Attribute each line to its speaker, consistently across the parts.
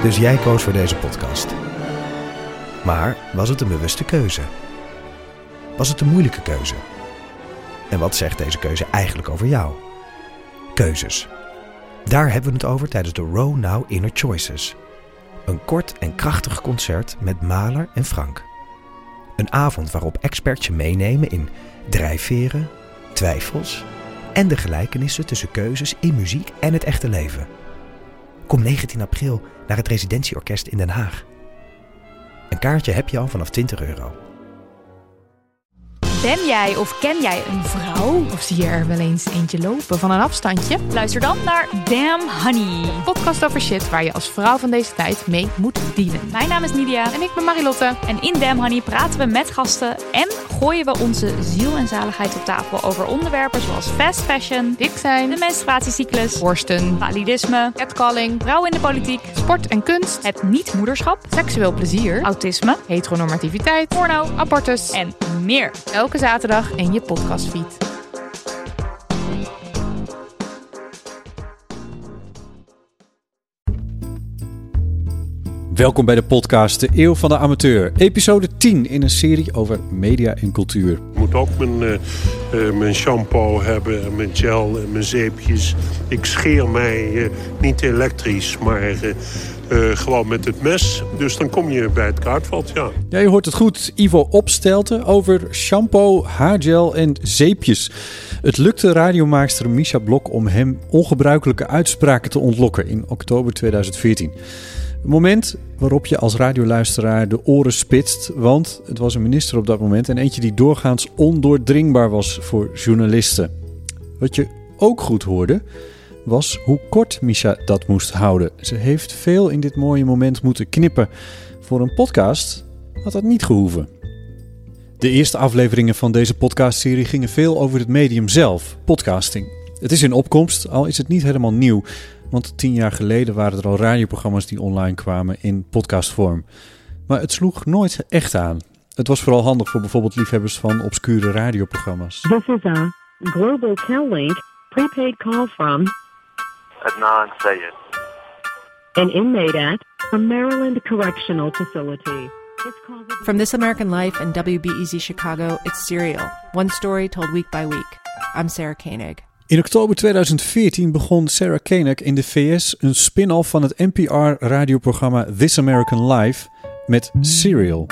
Speaker 1: Dus jij koos voor deze podcast. Maar was het een bewuste keuze? Was het een moeilijke keuze? En wat zegt deze keuze eigenlijk over jou? Keuzes. Daar hebben we het over tijdens de Row Now Inner Choices. Een kort en krachtig concert met Mahler en Frank. Een avond waarop experts je meenemen in drijfveren, twijfels en de gelijkenissen tussen keuzes in muziek en het echte leven. Kom 19 april naar het Residentieorkest in Den Haag. Een kaartje heb je al vanaf €20.
Speaker 2: Ben jij of ken jij een vrouw?
Speaker 3: Of zie je er wel eens eentje lopen van een afstandje?
Speaker 2: Luister dan naar Damn Honey.
Speaker 3: Een podcast over shit waar je als vrouw van deze tijd mee moet dealen.
Speaker 2: Mijn naam is Nidia.
Speaker 3: En ik ben Marilotte.
Speaker 2: En in Damn Honey praten we met gasten en gooien we onze ziel en zaligheid op tafel over onderwerpen zoals fast fashion,
Speaker 3: Dik zijn,
Speaker 2: de menstruatiecyclus,
Speaker 3: borsten,
Speaker 2: validisme,
Speaker 3: catcalling,
Speaker 2: vrouwen in de politiek,
Speaker 3: sport en kunst,
Speaker 2: het niet-moederschap,
Speaker 3: seksueel plezier,
Speaker 2: autisme,
Speaker 3: heteronormativiteit,
Speaker 2: porno,
Speaker 3: abortus
Speaker 2: en meer.
Speaker 3: Elke zaterdag in je podcastfeed.
Speaker 4: Welkom bij de podcast De Eeuw van de Amateur. Episode 10 in een serie over media en cultuur.
Speaker 5: Ik moet ook mijn shampoo hebben, en mijn gel en mijn zeepjes. Ik scheer mij niet elektrisch, maar gewoon met het mes. Dus dan kom je bij het kruidvat, ja.
Speaker 4: Ja, je hoort het goed. Ivo Opstelten over shampoo, haargel en zeepjes. Het lukte radiomaakster Misha Blok om hem ongebruikelijke uitspraken te ontlokken in oktober 2014. Een moment waarop je als radioluisteraar de oren spitst, want het was een minister op dat moment en eentje die doorgaans ondoordringbaar was voor journalisten. Wat je ook goed hoorde, was hoe kort Misha dat moest houden. Ze heeft veel in dit mooie moment moeten knippen. Voor een podcast had dat niet gehoeven. De eerste afleveringen van deze podcastserie gingen veel over het medium zelf, podcasting. Het is in opkomst, al is het niet helemaal nieuw. Want 10 jaar geleden waren er al radioprogramma's die online kwamen in podcastvorm. Maar het sloeg nooit echt aan. Het was vooral handig voor bijvoorbeeld liefhebbers van obscure radioprogramma's.
Speaker 6: This is a Global Tel-Link prepaid call from
Speaker 7: Adnan Sayed.
Speaker 6: an inmate at a Maryland Correctional Facility.
Speaker 8: From This American Life and WBEZ Chicago, it's Serial. One story told week by week. I'm Sarah Koenig.
Speaker 4: In oktober 2014 begon Sarah Koenig in de VS een spin-off van het NPR-radioprogramma This American Life met Serial.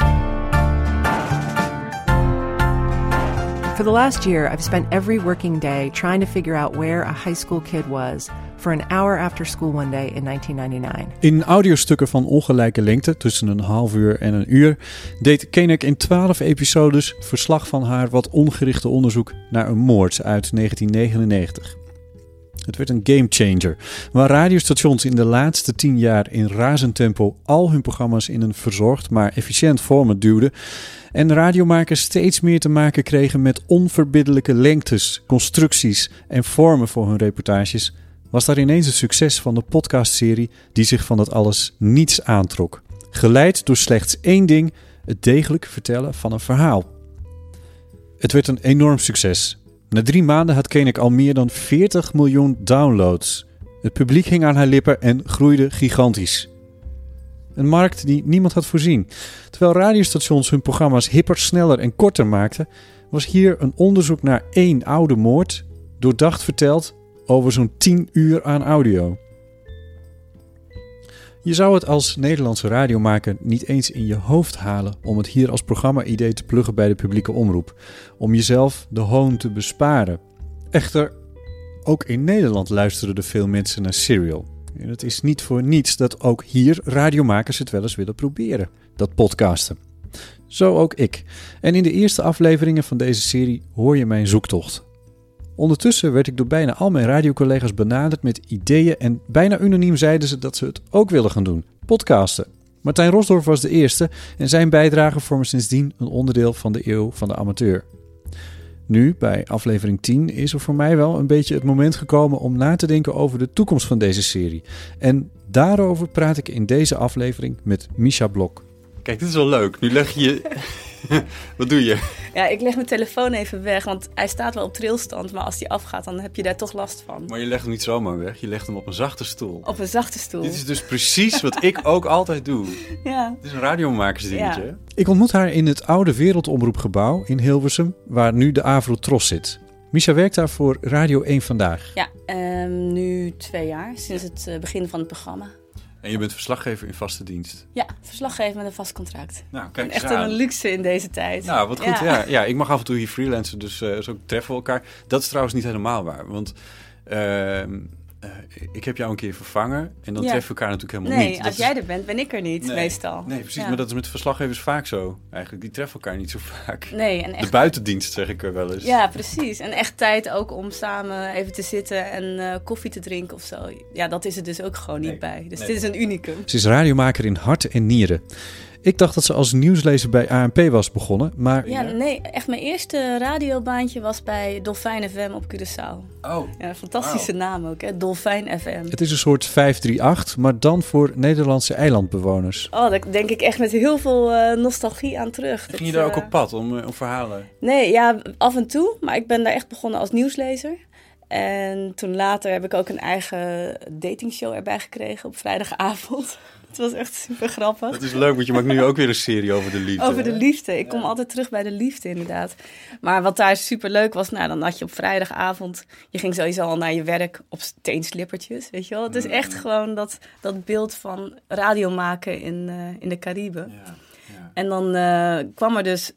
Speaker 8: For the last year, I've spent every working day trying to figure out where a high school kid was for an hour after school one day in 1999.
Speaker 4: In audiostukken van ongelijke lengte, tussen een half uur en een uur, deed Koenig in 12 episodes verslag van haar wat ongerichte onderzoek naar een moord uit 1999. Het werd een gamechanger, waar radiostations in de laatste 10 jaar in razend tempo al hun programma's in een verzorgd maar efficiënt format duwden en radiomakers steeds meer te maken kregen met onverbiddelijke lengtes, constructies en vormen voor hun reportages, was daar ineens het succes van de podcastserie die zich van dat alles niets aantrok. Geleid door slechts één ding, het degelijk vertellen van een verhaal. Het werd een enorm succes. Na 3 maanden had Koenig al meer dan 40 miljoen downloads. Het publiek hing aan haar lippen en groeide gigantisch. Een markt die niemand had voorzien. Terwijl radiostations hun programma's hipper, sneller en korter maakten, was hier een onderzoek naar 1 oude moord, doordacht verteld over zo'n 10 uur aan audio. Je zou het als Nederlandse radiomaker niet eens in je hoofd halen om het hier als programma-idee te pluggen bij de publieke omroep, om jezelf de hoon te besparen. Echter, ook in Nederland luisteren er veel mensen naar Serial. En het is niet voor niets dat ook hier radiomakers het wel eens willen proberen, dat podcasten. Zo ook ik. En in de eerste afleveringen van deze serie hoor je mijn zoektocht. Ondertussen werd ik door bijna al mijn radiocollega's benaderd met ideeën en bijna unaniem zeiden ze dat ze het ook willen gaan doen, podcasten. Martijn Rosdorff was de eerste en zijn bijdrage vormen sindsdien een onderdeel van de Eeuw van de Amateur. Nu, bij aflevering 10, is er voor mij wel een beetje het moment gekomen om na te denken over de toekomst van deze serie. En daarover praat ik in deze aflevering met Misha Blok.
Speaker 9: Kijk, dit is wel leuk. Nu leg je
Speaker 4: Wat doe je?
Speaker 9: Ja, ik leg mijn telefoon even weg, want hij staat wel op trilstand. Maar als die afgaat, dan heb je daar toch last van.
Speaker 4: Maar je legt hem niet zomaar weg. Je legt hem op een zachte stoel.
Speaker 9: Op een zachte stoel.
Speaker 4: Dit is dus precies wat ik ook altijd doe.
Speaker 9: Ja.
Speaker 4: Het is een radiomakersdingetje.
Speaker 9: Ja.
Speaker 4: Ik ontmoet haar in het oude Wereldomroepgebouw in Hilversum, waar nu de Avro-Tros zit. Misha werkt daar voor Radio 1 Vandaag.
Speaker 9: Ja, nu 2 jaar, sinds het begin van het programma.
Speaker 4: En je bent verslaggever in vaste dienst.
Speaker 9: Ja, verslaggever met een vast contract.
Speaker 4: Nou, kijk
Speaker 9: echt
Speaker 4: eens aan.
Speaker 9: een luxe in deze tijd.
Speaker 4: Nou, wat goed. Ja, ik mag af en toe hier freelancen, dus zo treffen we elkaar. Dat is trouwens niet helemaal waar, want ik heb jou een keer vervangen en dan treffen we elkaar natuurlijk helemaal niet.
Speaker 9: Nee, als jij er bent, ben ik er niet, meestal.
Speaker 4: Nee, precies, maar dat is met verslaggevers vaak zo. Eigenlijk, die treffen elkaar niet zo vaak.
Speaker 9: Nee, en echt...
Speaker 4: De buitendienst, zeg ik er wel eens.
Speaker 9: Ja, precies. En echt tijd ook om samen even te zitten en koffie te drinken of zo. Ja, dat is er dus ook gewoon niet bij. Dus dit is een unicum.
Speaker 4: Ze is radiomaker in hart en nieren. Ik dacht dat ze als nieuwslezer bij ANP was begonnen, maar...
Speaker 9: Ja, nee, echt mijn eerste radiobaantje was bij Dolfijn FM op Curaçao.
Speaker 4: Oh.
Speaker 9: Ja, fantastische naam ook, hè? Dolfijn FM.
Speaker 4: Het is een soort 538, maar dan voor Nederlandse eilandbewoners.
Speaker 9: Oh, daar denk ik echt met heel veel nostalgie aan terug.
Speaker 4: Ging je daar ook op pad om verhalen?
Speaker 9: Nee, ja, af en toe. Maar ik ben daar echt begonnen als nieuwslezer. En toen later heb ik ook een eigen datingshow erbij gekregen op vrijdagavond. Het was echt super grappig.
Speaker 4: Dat is leuk, want je maakt nu ook weer een serie over de liefde.
Speaker 9: Over de liefde. Ik kom altijd terug bij de liefde, inderdaad. Maar wat daar super leuk was, nou, dan had je op vrijdagavond... Je ging sowieso al naar je werk op teenslippertjes, weet je wel. Het is echt gewoon dat beeld van radio maken in de Cariben. Ja. En dan kwam er dus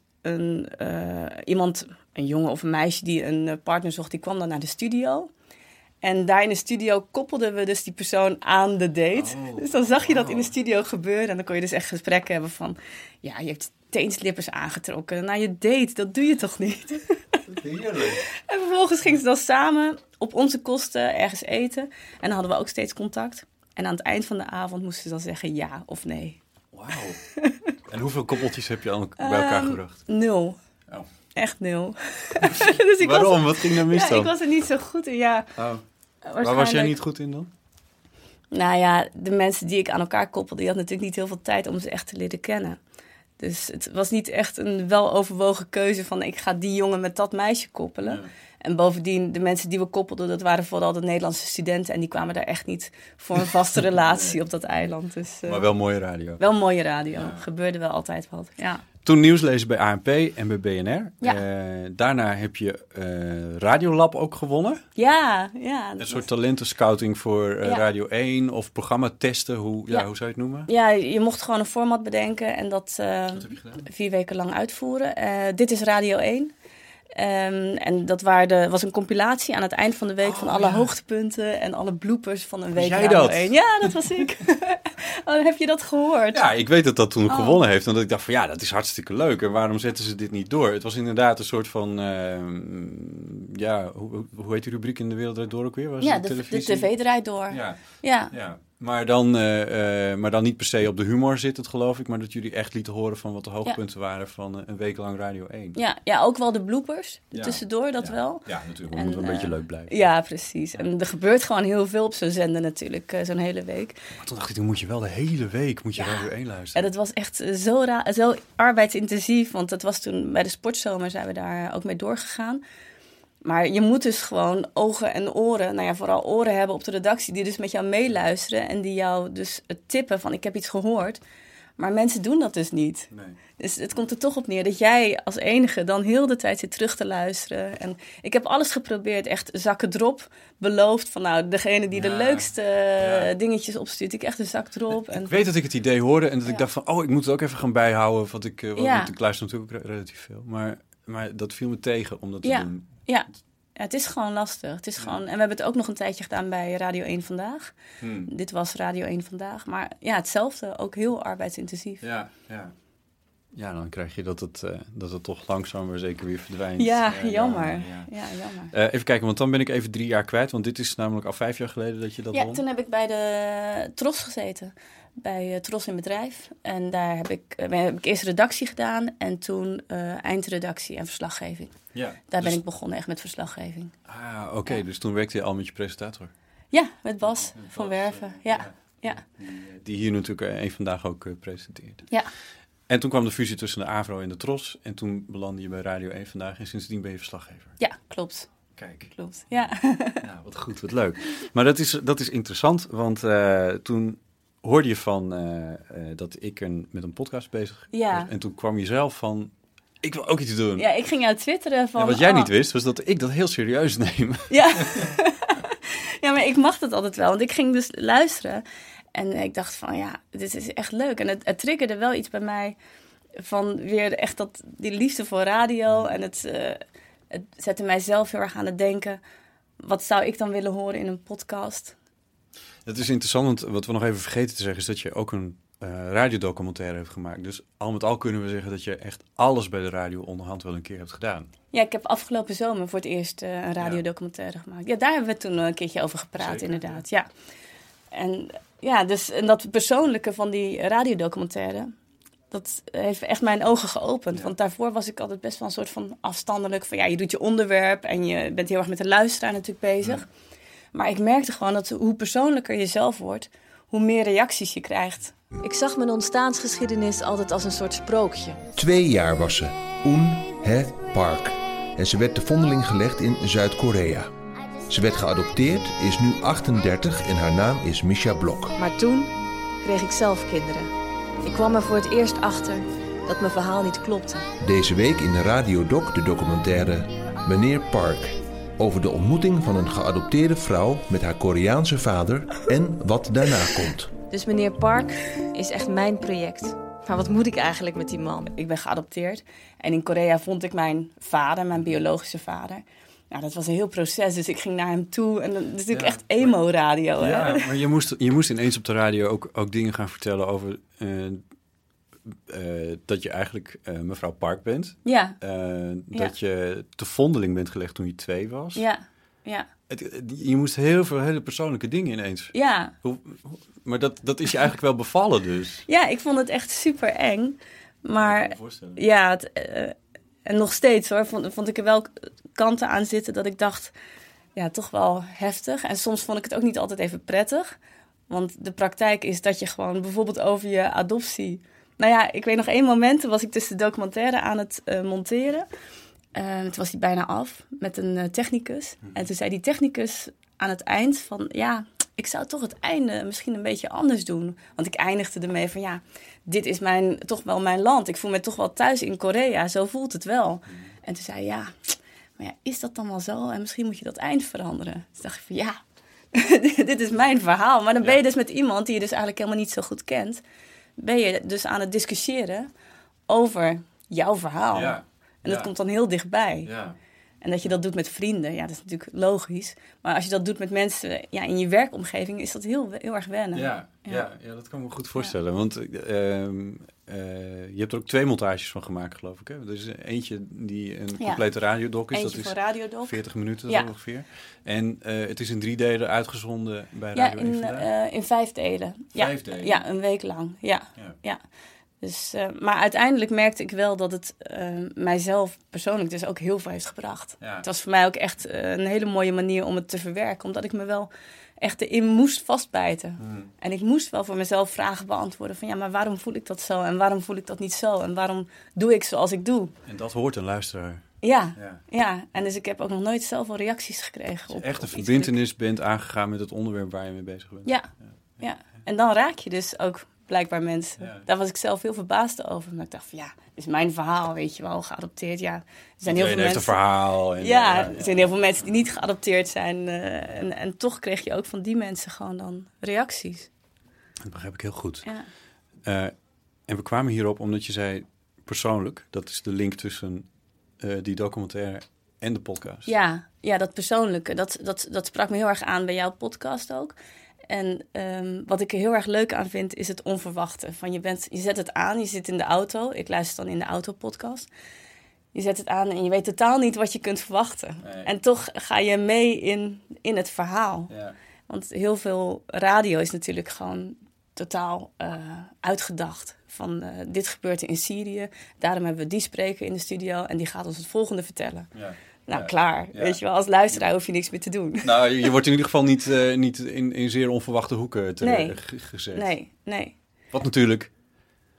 Speaker 9: iemand, een jongen of een meisje die een partner zocht... die kwam dan naar de studio... En daar in de studio koppelden we dus die persoon aan de date. Oh, dus dan zag je dat in de studio gebeuren. En dan kon je dus echt gesprekken hebben van... Ja, je hebt teenslippers aangetrokken naar je date. Dat doe je toch niet? Heerlijk. En vervolgens gingen ze dan samen op onze kosten ergens eten. En dan hadden we ook steeds contact. En aan het eind van de avond moesten ze dan zeggen ja of nee.
Speaker 4: Wauw. En hoeveel koppeltjes heb je bij elkaar gebracht?
Speaker 9: 0.
Speaker 4: Oh.
Speaker 9: Echt 0. Dus
Speaker 4: waarom? Wat ging er mis dan?
Speaker 9: Ik was er niet zo goed in, ja.
Speaker 4: Oh. Waar was jij niet goed in dan?
Speaker 9: Nou ja, de mensen die ik aan elkaar koppelde... die hadden natuurlijk niet heel veel tijd om ze echt te leren kennen. Dus het was niet echt een weloverwogen keuze van... ik ga die jongen met dat meisje koppelen. Ja. En bovendien, de mensen die we koppelden... dat waren vooral de Nederlandse studenten... en die kwamen daar echt niet voor een vaste relatie op dat eiland. Dus,
Speaker 4: maar wel mooie radio.
Speaker 9: Wel mooie radio. Ja. Gebeurde wel altijd wat, ja.
Speaker 4: Toen nieuwslezer bij ANP en bij BNR.
Speaker 9: Ja.
Speaker 4: Daarna heb je Radiolab ook gewonnen.
Speaker 9: Ja.
Speaker 4: Een soort talentenscouting voor Radio 1 of programma testen. Hoe zou je het noemen?
Speaker 9: Ja, je mocht gewoon een format bedenken en dat 4 weken lang uitvoeren. Dit is Radio 1. En dat was een compilatie aan het eind van de week van alle hoogtepunten en alle bloopers van een week.
Speaker 4: Radio
Speaker 9: 1. Ja, dat was ik. Heb je dat gehoord?
Speaker 4: Ja, ik weet dat dat toen gewonnen heeft. Omdat ik dacht van ja, dat is hartstikke leuk. En waarom zetten ze dit niet door? Het was inderdaad een soort van, hoe heet die rubriek in De Wereld Draait Door ook weer? Was
Speaker 9: de tv draait door. Ja.
Speaker 4: Maar dan niet per se op de humor zit het, geloof ik. Maar dat jullie echt lieten horen van wat de hoogtepunten waren van een week lang Radio 1.
Speaker 9: Ja, ook wel de bloopers tussendoor, dat wel.
Speaker 4: Ja, natuurlijk. We moeten een beetje leuk blijven.
Speaker 9: Ja, precies. Ja. En er gebeurt gewoon heel veel op zo'n zender natuurlijk, zo'n hele week.
Speaker 4: Maar toen dacht ik, dan moet je wel de hele week Radio 1 luisteren.
Speaker 9: Ja, dat was echt zo arbeidsintensief. Want dat was toen bij de Sportzomer zijn we daar ook mee doorgegaan. Maar je moet dus gewoon ogen en oren, vooral oren hebben op de redactie... die dus met jou meeluisteren en die jou dus tippen van ik heb iets gehoord. Maar mensen doen dat dus niet. Nee. Dus het komt er toch op neer dat jij als enige dan heel de tijd zit terug te luisteren. En ik heb alles geprobeerd, echt zakken drop, beloofd van degene die de leukste dingetjes opstuurt. Ik echt een zak drop.
Speaker 4: Ik weet dat ik het idee hoorde en dat ik dacht van ik moet het ook even gaan bijhouden. Want ik luister natuurlijk ook relatief veel. Maar dat viel me tegen om dat te doen.
Speaker 9: Ja, het is gewoon lastig. Het is gewoon... En we hebben het ook nog een tijdje gedaan bij Radio 1 Vandaag. Dit was Radio 1 Vandaag. Maar ja, hetzelfde. Ook heel arbeidsintensief.
Speaker 4: Ja, dan krijg je dat het toch langzaam maar zeker weer verdwijnt.
Speaker 9: Ja, jammer. Jammer.
Speaker 4: Even kijken, want dan ben ik even 3 jaar kwijt. Want dit is namelijk al 5 jaar geleden dat je dat won.
Speaker 9: Ja, toen heb ik bij de Tros gezeten. Bij Tros in Bedrijf. En daar heb ik eerst redactie gedaan. En toen eindredactie en verslaggeving. Ja, daar ben ik begonnen echt met verslaggeving.
Speaker 4: Oké. Dus toen werkte je al met je presentator?
Speaker 9: Ja, met Bas van Werven. Ja.
Speaker 4: Die hier natuurlijk Eén Vandaag ook presenteert.
Speaker 9: Ja.
Speaker 4: En toen kwam de fusie tussen de AVRO en de TROS. En toen belandde je bij Radio 1 Vandaag. En sindsdien ben je verslaggever.
Speaker 9: Ja, klopt.
Speaker 4: Kijk.
Speaker 9: Klopt, ja.
Speaker 4: Ja, wat goed, wat leuk. Maar dat is interessant, want toen hoorde je van dat ik met een podcast bezig was. En toen kwam je zelf van, ik wil ook iets doen.
Speaker 9: Ja, ik ging jou twitteren van...
Speaker 4: En wat jij niet wist, was dat ik dat heel serieus neem.
Speaker 9: Ja. Ja, maar ik mag dat altijd wel. Want ik ging dus luisteren. En ik dacht van, ja, dit is echt leuk. En het triggerde wel iets bij mij van weer echt die liefde voor radio. En het zette mij zelf heel erg aan het denken. Wat zou ik dan willen horen in een podcast?
Speaker 4: Het is interessant, want wat we nog even vergeten te zeggen... is dat je ook een radiodocumentaire hebt gemaakt. Dus al met al kunnen we zeggen dat je echt alles bij de radio onderhand wel een keer hebt gedaan.
Speaker 9: Ja, ik heb afgelopen zomer voor het eerst een radiodocumentaire gemaakt. Ja, daar hebben we toen een keertje over gepraat, zeker, inderdaad. Ja. En ja, dus en dat persoonlijke van die radiodocumentaire... dat heeft echt mijn ogen geopend. Ja. Want daarvoor was ik altijd best wel een soort van afstandelijk... van ja, je doet je onderwerp en je bent heel erg met de luisteraar natuurlijk bezig. Ja. Maar ik merkte gewoon dat hoe persoonlijker je zelf wordt... hoe meer reacties je krijgt.
Speaker 10: Ik zag mijn ontstaansgeschiedenis altijd als een soort sprookje.
Speaker 11: 2 jaar was ze, Eun Hye Park. En ze werd te vondeling gelegd in Zuid-Korea. Ze werd geadopteerd, is nu 38 en haar naam is Misha Blok.
Speaker 10: Maar toen kreeg ik zelf kinderen. Ik kwam er voor het eerst achter dat mijn verhaal niet klopte.
Speaker 11: Deze week in de Radiodoc de documentaire Meneer Park. Over de ontmoeting van een geadopteerde vrouw met haar Koreaanse vader en wat daarna komt.
Speaker 10: Dus meneer Park is echt mijn project. Maar wat moet ik eigenlijk met die man?
Speaker 9: Ik ben geadopteerd en in Korea vond ik mijn vader, mijn biologische vader. Nou, dat was een heel proces, dus ik ging naar hem toe en dat is natuurlijk echt emo-radio.
Speaker 4: Ja, maar je moest ineens op de radio ook dingen gaan vertellen over... dat je eigenlijk mevrouw Park bent.
Speaker 9: Ja.
Speaker 4: Dat je te vondeling bent gelegd toen je 2 was.
Speaker 9: Ja, ja.
Speaker 4: Je moest heel veel hele persoonlijke dingen ineens.
Speaker 9: Ja.
Speaker 4: Maar dat is je eigenlijk wel bevallen dus.
Speaker 9: Ja, ik vond het echt super eng. Maar
Speaker 4: ik kan me voorstellen.
Speaker 9: Ja, en nog steeds hoor, vond ik er wel kanten aan zitten dat ik dacht... ja, toch wel heftig. En soms vond ik het ook niet altijd even prettig. Want de praktijk is dat je gewoon bijvoorbeeld over je adoptie... Nou ja, ik weet nog 1 moment, toen was ik dus de documentaire aan het monteren. Toen was die bijna af met een technicus. En toen zei die technicus aan het eind van... ja, ik zou toch het einde misschien een beetje anders doen. Want ik eindigde ermee van ja, dit is toch wel mijn land. Ik voel me toch wel thuis in Korea, zo voelt het wel. En toen zei hij, ja, maar ja, is dat dan wel zo? En misschien moet je dat eind veranderen. Toen dacht ik van ja, dit is mijn verhaal. Maar dan ben je dus met iemand die je dus eigenlijk helemaal niet zo goed kent... ben je dus aan het discussiëren over jouw verhaal. Ja. En dat komt dan heel dichtbij. Ja. En dat je dat doet met vrienden, ja, dat is natuurlijk logisch. Maar als je dat doet met mensen in je werkomgeving, is dat heel erg wennen.
Speaker 4: Ja, dat kan ik me goed voorstellen. Ja. Want je hebt er ook 2 montages van gemaakt, geloof ik. Hè? Er is eentje die een complete radiodoc is.
Speaker 9: Eentje
Speaker 4: dat
Speaker 9: voor radiodoc.
Speaker 4: 40 minuten ongeveer. En het is in 3 delen uitgezonden bij Radio 1 Vandaag.
Speaker 9: In 5 delen.
Speaker 4: 5 delen?
Speaker 9: Ja, een week lang. Ja. Dus, maar uiteindelijk merkte ik wel dat het mijzelf persoonlijk dus ook heel veel heeft gebracht. Ja. Het was voor mij ook echt een hele mooie manier om het te verwerken. Omdat ik me wel echt erin moest vastbijten. En ik moest wel voor mezelf vragen beantwoorden van ja, maar waarom voel ik dat zo? En waarom voel ik dat niet zo? En waarom doe ik zoals ik doe?
Speaker 4: En dat hoort een luisteraar.
Speaker 9: Ja. En dus ik heb ook nog nooit zoveel reacties gekregen.
Speaker 4: Op echt een verbintenis bent aangegaan met het onderwerp waar je mee bezig bent.
Speaker 9: Ja. En dan raak je dus ook blijkbaar mensen. Ja. Daar was ik zelf heel verbaasd over. Maar ik dacht van ja, dit is mijn verhaal, weet je wel, geadopteerd. Ja, er zijn heel veel mensen.
Speaker 4: Een verhaal. En,
Speaker 9: er zijn heel veel mensen die niet geadopteerd zijn. En toch kreeg je ook van die mensen gewoon dan reacties.
Speaker 4: Dat begrijp ik heel goed.
Speaker 9: Ja.
Speaker 4: En we kwamen hierop omdat je zei persoonlijk. Dat is de link tussen die documentaire en de podcast. Ja,
Speaker 9: dat persoonlijke. Dat sprak me heel erg aan bij jouw podcast ook. En wat ik er heel erg leuk aan vind, is het onverwachte. Van je zet het aan, je zit in de auto. Ik luister dan in de autopodcast. Je zet het aan en je weet totaal niet wat je kunt verwachten. Nee. En toch ga je mee in het verhaal. Ja. Want heel veel radio is natuurlijk gewoon totaal uitgedacht. Van dit gebeurt in Syrië. Daarom hebben we die spreker in de studio en die gaat ons het volgende vertellen. Ja. Nou, klaar. Ja. Weet je wel, als luisteraar hoef je niks meer te doen.
Speaker 4: Nou, je wordt in ieder geval niet in zeer onverwachte hoeken gezet.
Speaker 9: Nee.
Speaker 4: Wat natuurlijk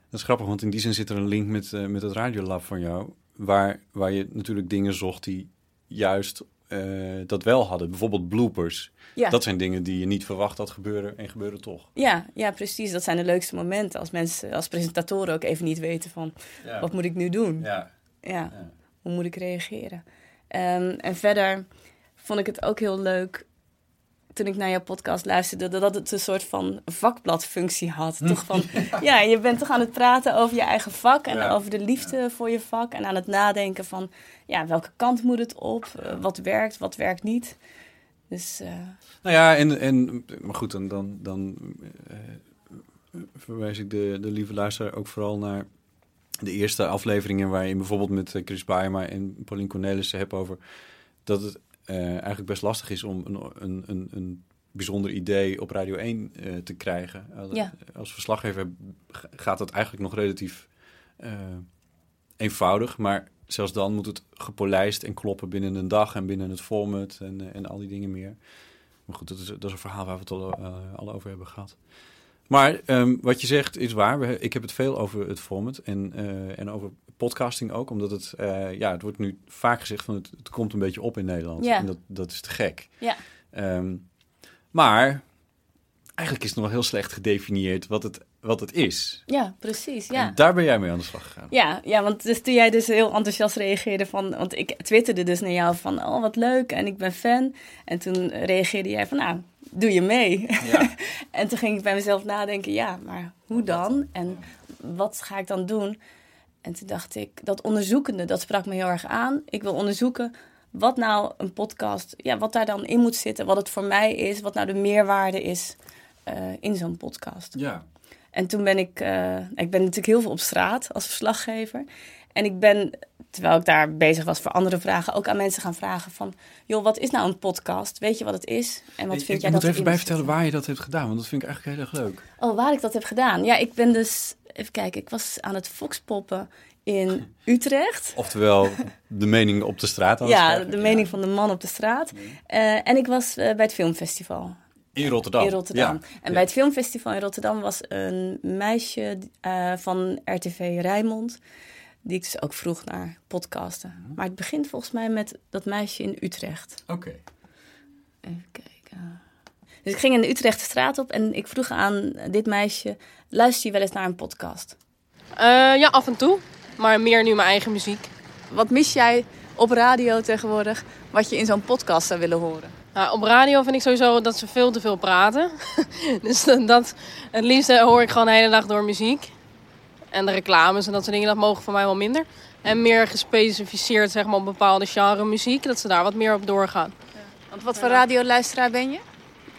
Speaker 4: Dat is grappig, want in die zin zit er een link met het Radiolab van jou... Waar je natuurlijk dingen zocht die juist dat wel hadden. Bijvoorbeeld bloopers.
Speaker 9: Ja.
Speaker 4: Dat zijn dingen die je niet verwacht dat gebeuren en gebeuren toch.
Speaker 9: Ja, precies. Dat zijn de leukste momenten. Als mensen, als presentatoren ook even niet weten van... wat moet ik nu doen? Ja. Hoe moet ik reageren? En verder vond ik het ook heel leuk... toen ik naar jouw podcast luisterde... dat het een soort van vakbladfunctie had. Toch van, je bent toch aan het praten over je eigen vak... en over de liefde voor je vak... en aan het nadenken van... welke kant moet het op? Wat werkt niet? Dus...
Speaker 4: Nou ja, maar goed, dan verwijs ik de lieve luisteraar ook vooral naar de eerste afleveringen... waar je bijvoorbeeld met Chris Baaema en Paulien Cornelissen hebt over... dat het eigenlijk best lastig is om een bijzonder idee op Radio 1 te krijgen. Als verslaggever gaat dat eigenlijk nog relatief eenvoudig, maar zelfs dan moet het gepolijst en kloppen binnen een dag en binnen het format en al die dingen meer. Maar goed, dat is een verhaal waar we het al over hebben gehad. Maar wat je zegt is waar. Ik heb het veel over het format en over podcasting ook. Omdat het wordt nu vaak gezegd van het komt een beetje op in Nederland.
Speaker 9: Ja.
Speaker 4: En dat is te gek.
Speaker 9: Ja.
Speaker 4: Maar eigenlijk is het nog heel slecht gedefinieerd wat het is.
Speaker 9: Ja, precies. Ja.
Speaker 4: En daar ben jij mee aan de slag gegaan.
Speaker 9: Ja, want dus toen jij dus heel enthousiast reageerde van... want ik twitterde dus naar jou van... oh, wat leuk en ik ben fan. En toen reageerde jij van... nou, doe je mee? Ja. En toen ging ik bij mezelf nadenken... maar hoe dan? En wat ga ik dan doen? En toen dacht ik, dat onderzoekende, dat sprak me heel erg aan. Ik wil onderzoeken wat nou een podcast... wat daar dan in moet zitten, wat het voor mij is... wat nou de meerwaarde is in zo'n podcast.
Speaker 4: Ja.
Speaker 9: En toen ben ik ben natuurlijk heel veel op straat als verslaggever. En ik ben, terwijl ik daar bezig was voor andere vragen... ook aan mensen gaan vragen van... joh, wat is nou een podcast? Weet je wat het is? En wat vind jij dat?
Speaker 4: Ik moet even bij vertellen waar je dat hebt gedaan... want dat vind ik eigenlijk heel erg leuk.
Speaker 9: Oh, waar ik dat heb gedaan? Ja, ik ben dus... Even kijken, ik was aan het foxpoppen in Utrecht.
Speaker 4: Oftewel, de mening op de straat.
Speaker 9: De mening van de man op de straat. En ik was bij het filmfestival...
Speaker 4: In Rotterdam.
Speaker 9: Ja. En bij het filmfestival in Rotterdam was een meisje van RTV Rijnmond... die ik dus ook vroeg naar podcasten. Mm-hmm. Maar het begint volgens mij met dat meisje in Utrecht.
Speaker 4: Oké.
Speaker 9: Even kijken. Dus ik ging in de Utrechtse straat op en ik vroeg aan dit meisje... luister je wel eens naar een podcast?
Speaker 12: Ja, af en toe. Maar meer nu mijn eigen muziek.
Speaker 9: Wat mis jij op radio tegenwoordig... wat je in zo'n podcast zou willen horen?
Speaker 12: Nou, op radio vind ik sowieso dat ze veel te veel praten. Dus het liefst hoor ik gewoon de hele dag door muziek. En de reclames en dat soort dingen, dat mogen voor mij wel minder. En meer gespecificeerd zeg maar, op bepaalde genre muziek, dat ze daar wat meer op doorgaan.
Speaker 9: Ja. Want wat voor radioluisteraar ben je?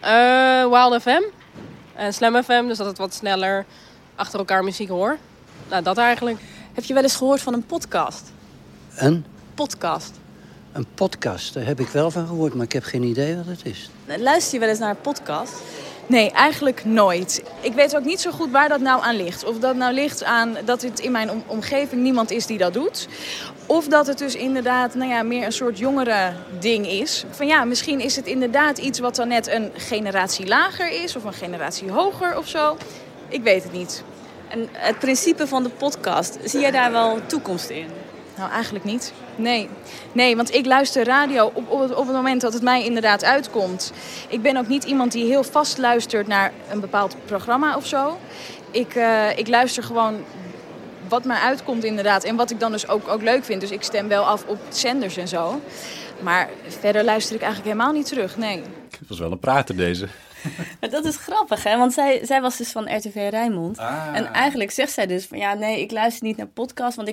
Speaker 12: Wild FM en Slam FM, dus dat het wat sneller achter elkaar muziek hoor. Nou, dat eigenlijk.
Speaker 9: Heb je wel eens gehoord van een podcast?
Speaker 13: Een?
Speaker 9: Podcast.
Speaker 13: Een podcast, daar heb ik wel van gehoord, maar ik heb geen idee wat het is.
Speaker 9: Luister je wel eens naar een podcast?
Speaker 14: Nee, eigenlijk nooit. Ik weet ook niet zo goed waar dat nou aan ligt. Of dat nou ligt aan dat het in mijn omgeving niemand is die dat doet. Of dat het dus inderdaad meer een soort jongere ding is. Van misschien is het inderdaad iets wat dan net een generatie lager is. Of een generatie hoger of zo. Ik weet het niet.
Speaker 9: En het principe van de podcast, zie jij daar wel toekomst in?
Speaker 14: Nou, eigenlijk niet. Nee, want ik luister radio op het moment dat het mij inderdaad uitkomt. Ik ben ook niet iemand die heel vast luistert naar een bepaald programma of zo. Ik luister gewoon wat mij uitkomt inderdaad en wat ik dan dus ook leuk vind. Dus ik stem wel af op zenders en zo. Maar verder luister ik eigenlijk helemaal niet terug, nee.
Speaker 4: Het was wel een prater deze.
Speaker 9: Maar dat is grappig, hè? Want zij was dus van RTV Rijnmond. En eigenlijk zegt zij dus van ik luister niet naar podcast, want ik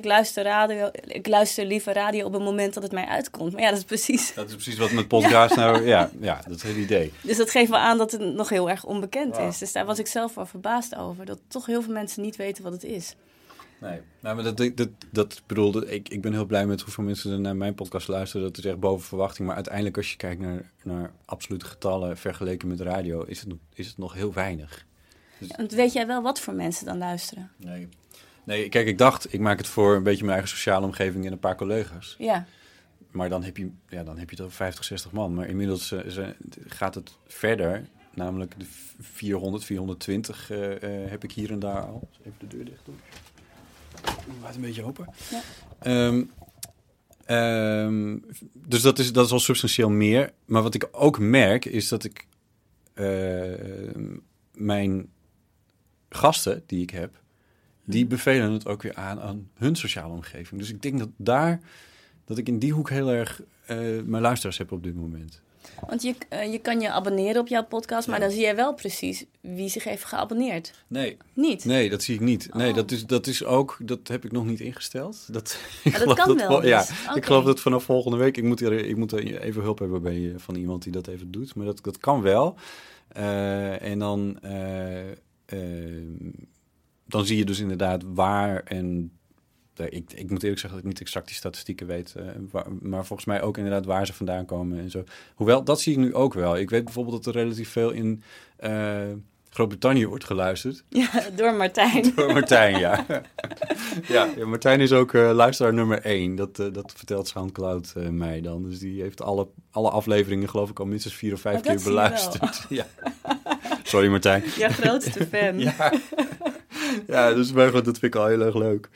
Speaker 9: luister liever radio op het moment dat het mij uitkomt. Maar dat is precies...
Speaker 4: Dat is precies wat met podcast dat is het idee.
Speaker 9: Dus dat geeft wel aan dat het nog heel erg onbekend is. Dus daar was ik zelf wel verbaasd over, dat toch heel veel mensen niet weten wat het is.
Speaker 4: Nee, maar dat bedoelde ik ben heel blij met hoeveel mensen er naar mijn podcast luisteren. Dat is echt boven verwachting. Maar uiteindelijk als je kijkt naar absolute getallen vergeleken met radio, is het nog heel weinig. Dus...
Speaker 9: Want weet jij wel wat voor mensen dan luisteren?
Speaker 4: Nee, kijk, ik dacht, ik maak het voor een beetje mijn eigen sociale omgeving en een paar collega's.
Speaker 9: Ja.
Speaker 4: Maar dan heb je het over 50, 60 man. Maar inmiddels gaat het verder. Namelijk de 400, 420 heb ik hier en daar al. Even de deur dicht doen. Laat een beetje open.
Speaker 9: Ja.
Speaker 4: Dus dat is al substantieel meer. Maar wat ik ook merk is dat ik mijn gasten die ik heb, die bevelen het ook weer aan hun sociale omgeving. Dus ik denk dat ik in die hoek heel erg mijn luisteraars heb op dit moment.
Speaker 9: Want je kan je abonneren op jouw podcast, maar dan zie jij wel precies wie zich heeft geabonneerd.
Speaker 4: Nee.
Speaker 9: Niet?
Speaker 4: Nee, dat zie ik niet. Nee, dat is ook, dat heb ik nog niet ingesteld. Dat
Speaker 9: kan wel.
Speaker 4: Ja,
Speaker 9: Dus. Okay.
Speaker 4: Ik geloof dat vanaf volgende week, ik moet er even hulp hebben van iemand die dat even doet. Maar dat kan wel. En dan zie je dus inderdaad waar en... Ik moet eerlijk zeggen dat ik niet exact die statistieken weet. Maar volgens mij ook inderdaad waar ze vandaan komen en zo. Hoewel, dat zie ik nu ook wel. Ik weet bijvoorbeeld dat er relatief veel in Groot-Brittannië wordt geluisterd.
Speaker 9: Ja, door Martijn.
Speaker 4: Door Martijn, ja. Ja, Martijn is ook luisteraar nummer 1. Dat vertelt Soundcloud mij dan. Dus die heeft alle afleveringen geloof ik al minstens 4 of 5 keer beluisterd. Ja. Sorry Martijn.
Speaker 9: Jouw grootste fan.
Speaker 4: Ja. Ja, dus dat vind ik al heel erg leuk.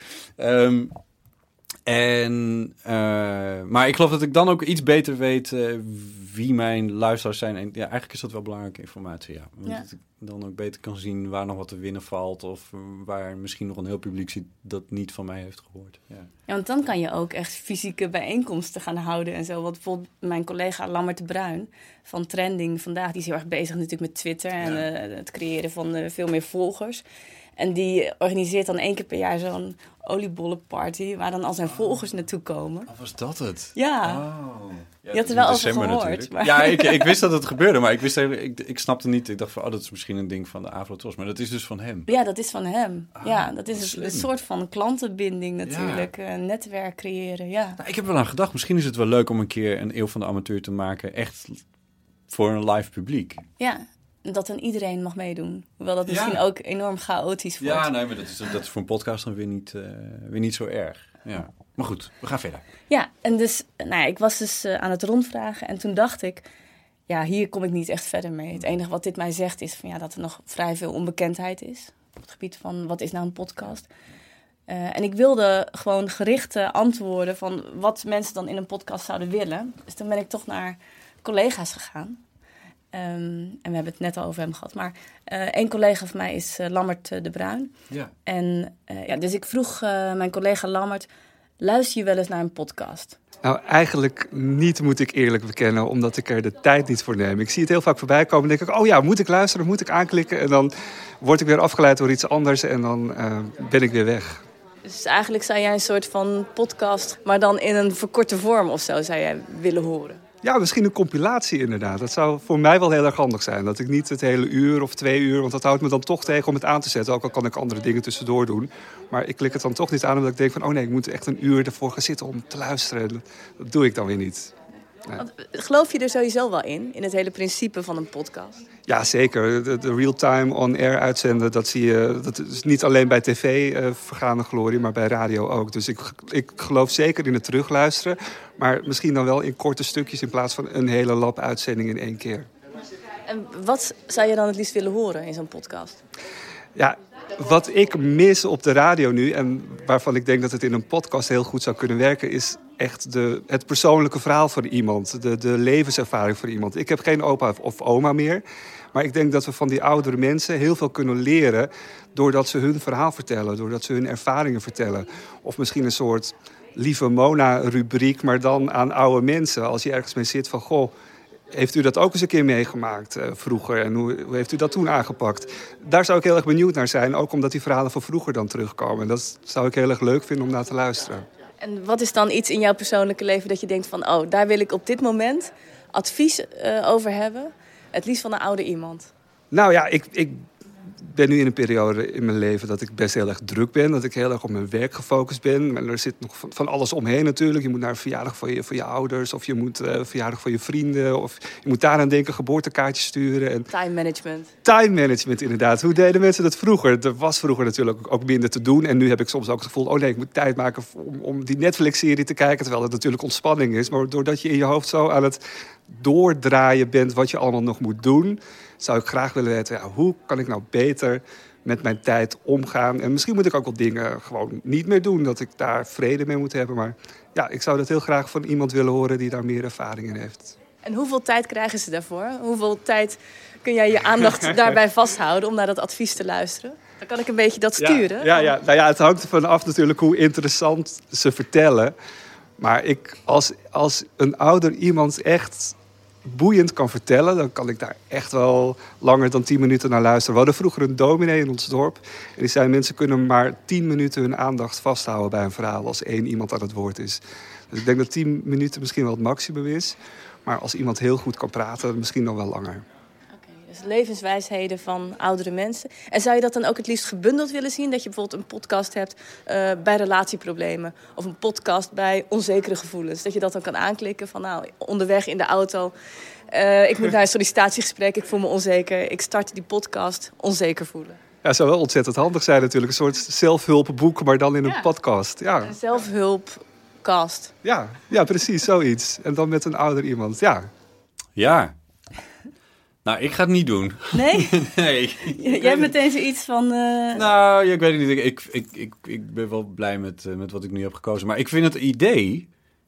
Speaker 4: Maar ik geloof dat ik dan ook iets beter weet wie mijn luisteraars zijn. En ja, eigenlijk is dat wel belangrijke informatie, ja. Dat ik dan ook beter kan zien waar nog wat te winnen valt. Of waar misschien nog een heel publiek zit dat niet van mij heeft gehoord. Ja,
Speaker 9: want dan kan je ook echt fysieke bijeenkomsten gaan houden en zo. Want bijvoorbeeld mijn collega Lammert de Bruin van Trending vandaag, die is heel erg bezig natuurlijk met Twitter en het creëren van veel meer volgers. En die organiseert dan 1 keer per jaar zo'n oliebollenparty, waar dan al zijn volgers naartoe komen.
Speaker 4: Oh, was dat het?
Speaker 9: Ja.
Speaker 4: Oh. Ja,
Speaker 9: je had er wel over gehoord. Maar...
Speaker 4: Ja, ik wist dat het gebeurde, maar ik snapte niet. Ik dacht van, dat is misschien een ding van de Avrotros, maar dat is dus van hem.
Speaker 9: Ja, dat is van hem. Ja, dat is een soort van klantenbinding natuurlijk. Ja. Een netwerk creëren, ja.
Speaker 4: Nou, ik heb er wel aan gedacht, misschien is het wel leuk om een keer een Eeuw van de Amateur te maken, echt voor een live publiek.
Speaker 9: Ja. Dat dan iedereen mag meedoen. Hoewel dat misschien ook enorm chaotisch wordt.
Speaker 4: Ja, nee, maar dat is voor een podcast dan weer niet zo erg. Ja. Maar goed, we gaan verder.
Speaker 9: Ja, en dus, ik was dus aan het rondvragen. En toen dacht ik, ja, hier kom ik niet echt verder mee. Het enige wat dit mij zegt is van, dat er nog vrij veel onbekendheid is. Op het gebied van, wat is nou een podcast? En ik wilde gewoon gerichte antwoorden van wat mensen dan in een podcast zouden willen. Dus dan ben ik toch naar collega's gegaan. En we hebben het net al over hem gehad. Maar één collega van mij is Lammert de Bruin. Ja. En dus ik vroeg mijn collega Lammert, luister je wel eens naar een podcast?
Speaker 15: Nou, eigenlijk niet, moet ik eerlijk bekennen, omdat ik er de tijd niet voor neem. Ik zie het heel vaak voorbij komen en denk ik, oh ja, moet ik luisteren, moet ik aanklikken? En dan word ik weer afgeleid door iets anders en dan ben ik weer weg.
Speaker 9: Dus eigenlijk zou jij een soort van podcast, maar dan in een verkorte vorm of zo, zou jij willen horen?
Speaker 15: Ja, misschien een compilatie inderdaad. Dat zou voor mij wel heel erg handig zijn. Dat ik niet het hele uur of 2 uur... want dat houdt me dan toch tegen om het aan te zetten. Ook al kan ik andere dingen tussendoor doen. Maar ik klik het dan toch niet aan omdat ik denk van... oh nee, ik moet echt 1 uur ervoor gaan zitten om te luisteren. Dat doe ik dan weer niet. Nee.
Speaker 9: Geloof je er sowieso wel in het hele principe van een podcast?
Speaker 15: Ja, zeker. De real-time on-air uitzenden, dat zie je. Dat is niet alleen bij tv vergaande glorie, maar bij radio ook. Dus ik geloof zeker in het terugluisteren. Maar misschien dan wel in korte stukjes in plaats van een hele lap uitzending in 1 keer.
Speaker 9: En wat zou je dan het liefst willen horen in zo'n podcast?
Speaker 15: Ja, wat ik mis op de radio nu en waarvan ik denk dat het in een podcast heel goed zou kunnen werken, is echt het persoonlijke verhaal van iemand. De levenservaring van iemand. Ik heb geen opa of oma meer. Maar ik denk dat we van die oudere mensen heel veel kunnen leren doordat ze hun verhaal vertellen. Doordat ze hun ervaringen vertellen. Of misschien een soort Lieve Mona-rubriek, maar dan aan oude mensen. Als je ergens mee zit van, goh, heeft u dat ook eens een keer meegemaakt vroeger? En hoe heeft u dat toen aangepakt? Daar zou ik heel erg benieuwd naar zijn. Ook omdat die verhalen van vroeger dan terugkomen. Dat zou ik heel erg leuk vinden om naar te luisteren.
Speaker 9: En wat is dan iets in jouw persoonlijke leven dat je denkt van, oh, daar wil ik op dit moment advies over hebben? Het liefst van een oude iemand.
Speaker 15: Nou ja, ik ben nu in een periode in mijn leven dat ik best heel erg druk ben. Dat ik heel erg op mijn werk gefocust ben. En er zit nog van alles omheen natuurlijk. Je moet naar een verjaardag van je ouders. Of je moet een verjaardag van je vrienden. Of je moet daaraan denken, geboortekaartjes sturen. En
Speaker 9: time management.
Speaker 15: Time management, inderdaad. Hoe deden mensen dat vroeger? Er was vroeger natuurlijk ook minder te doen. En nu heb ik soms ook het gevoel, oh nee, ik moet tijd maken om die Netflix-serie te kijken. Terwijl het natuurlijk ontspanning is. Maar doordat je in je hoofd zo aan het doordraaien bent wat je allemaal nog moet doen, zou ik graag willen weten, hoe kan ik nou beter met mijn tijd omgaan. En misschien moet ik ook wel dingen gewoon niet meer doen. Dat ik daar vrede mee moet hebben. Maar ja, ik zou dat heel graag van iemand willen horen die daar meer ervaring in heeft.
Speaker 9: En hoeveel tijd krijgen ze daarvoor? Hoeveel tijd kun jij je aandacht daarbij vasthouden om naar dat advies te luisteren? Dan kan ik een beetje dat sturen.
Speaker 15: Ja. Nou ja, het hangt ervan af natuurlijk hoe interessant ze vertellen. Maar als een ouder iemand echt boeiend kan vertellen, dan kan ik daar echt wel langer dan 10 minuten naar luisteren. We hadden vroeger een dominee in ons dorp. En die zei, mensen kunnen maar 10 minuten hun aandacht vasthouden bij een verhaal als 1 iemand aan het woord is. Dus ik denk dat 10 minuten misschien wel het maximum is. Maar als iemand heel goed kan praten, misschien dan wel langer.
Speaker 9: Dus levenswijsheden van oudere mensen. En zou je dat dan ook het liefst gebundeld willen zien? Dat je bijvoorbeeld een podcast hebt bij relatieproblemen. Of een podcast bij onzekere gevoelens. Dat je dat dan kan aanklikken van nou, onderweg in de auto. Ik moet naar een sollicitatiegesprek, ik voel me onzeker. Ik start die podcast onzeker voelen.
Speaker 15: Ja, het zou wel ontzettend handig zijn natuurlijk. Een soort zelfhulpboek, maar dan in een podcast. Ja.
Speaker 9: Een zelfhulpcast.
Speaker 15: Ja, precies, zoiets. En dan met een ouder iemand,
Speaker 4: Ja. Nou, ik ga het niet doen.
Speaker 9: Nee?
Speaker 4: Nee.
Speaker 9: Jij hebt meteen zoiets van...
Speaker 4: Nou, ja, ik weet het niet. Ik ben wel blij met wat ik nu heb gekozen. Maar ik vind het idee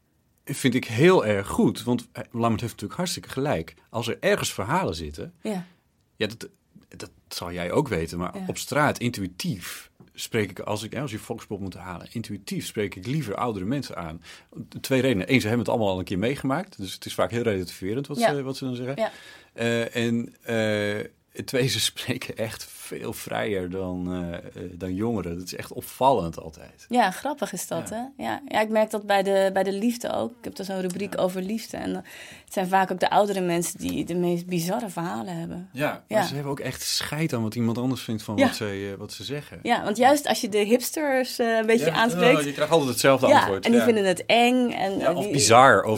Speaker 4: heel erg goed. Want Lammert heeft natuurlijk hartstikke gelijk. Als er ergens verhalen zitten... Ja, dat zal jij ook weten. Maar op straat, intuïtief... spreek ik, als je Volkspop moet halen... intuïtief spreek ik liever oudere mensen aan. 2 redenen. 1, ze hebben het allemaal al een keer meegemaakt. Dus het is vaak heel relativerend wat ze dan zeggen. Ja. En 2, ze spreken echt veel vrijer dan jongeren. Dat is echt opvallend altijd.
Speaker 9: Ja, grappig is dat, hè? Ja, ik merk dat bij de liefde ook. Ik heb er zo'n rubriek over liefde. En het zijn vaak ook de oudere mensen die de meest bizarre verhalen hebben.
Speaker 4: Ja, maar ze hebben ook echt scheid aan wat iemand anders vindt van wat ze zeggen.
Speaker 9: Ja, want juist als je de hipsters een beetje aanspreekt...
Speaker 4: je krijgt altijd hetzelfde antwoord.
Speaker 9: En die vinden het eng.
Speaker 4: Of bizar. Of,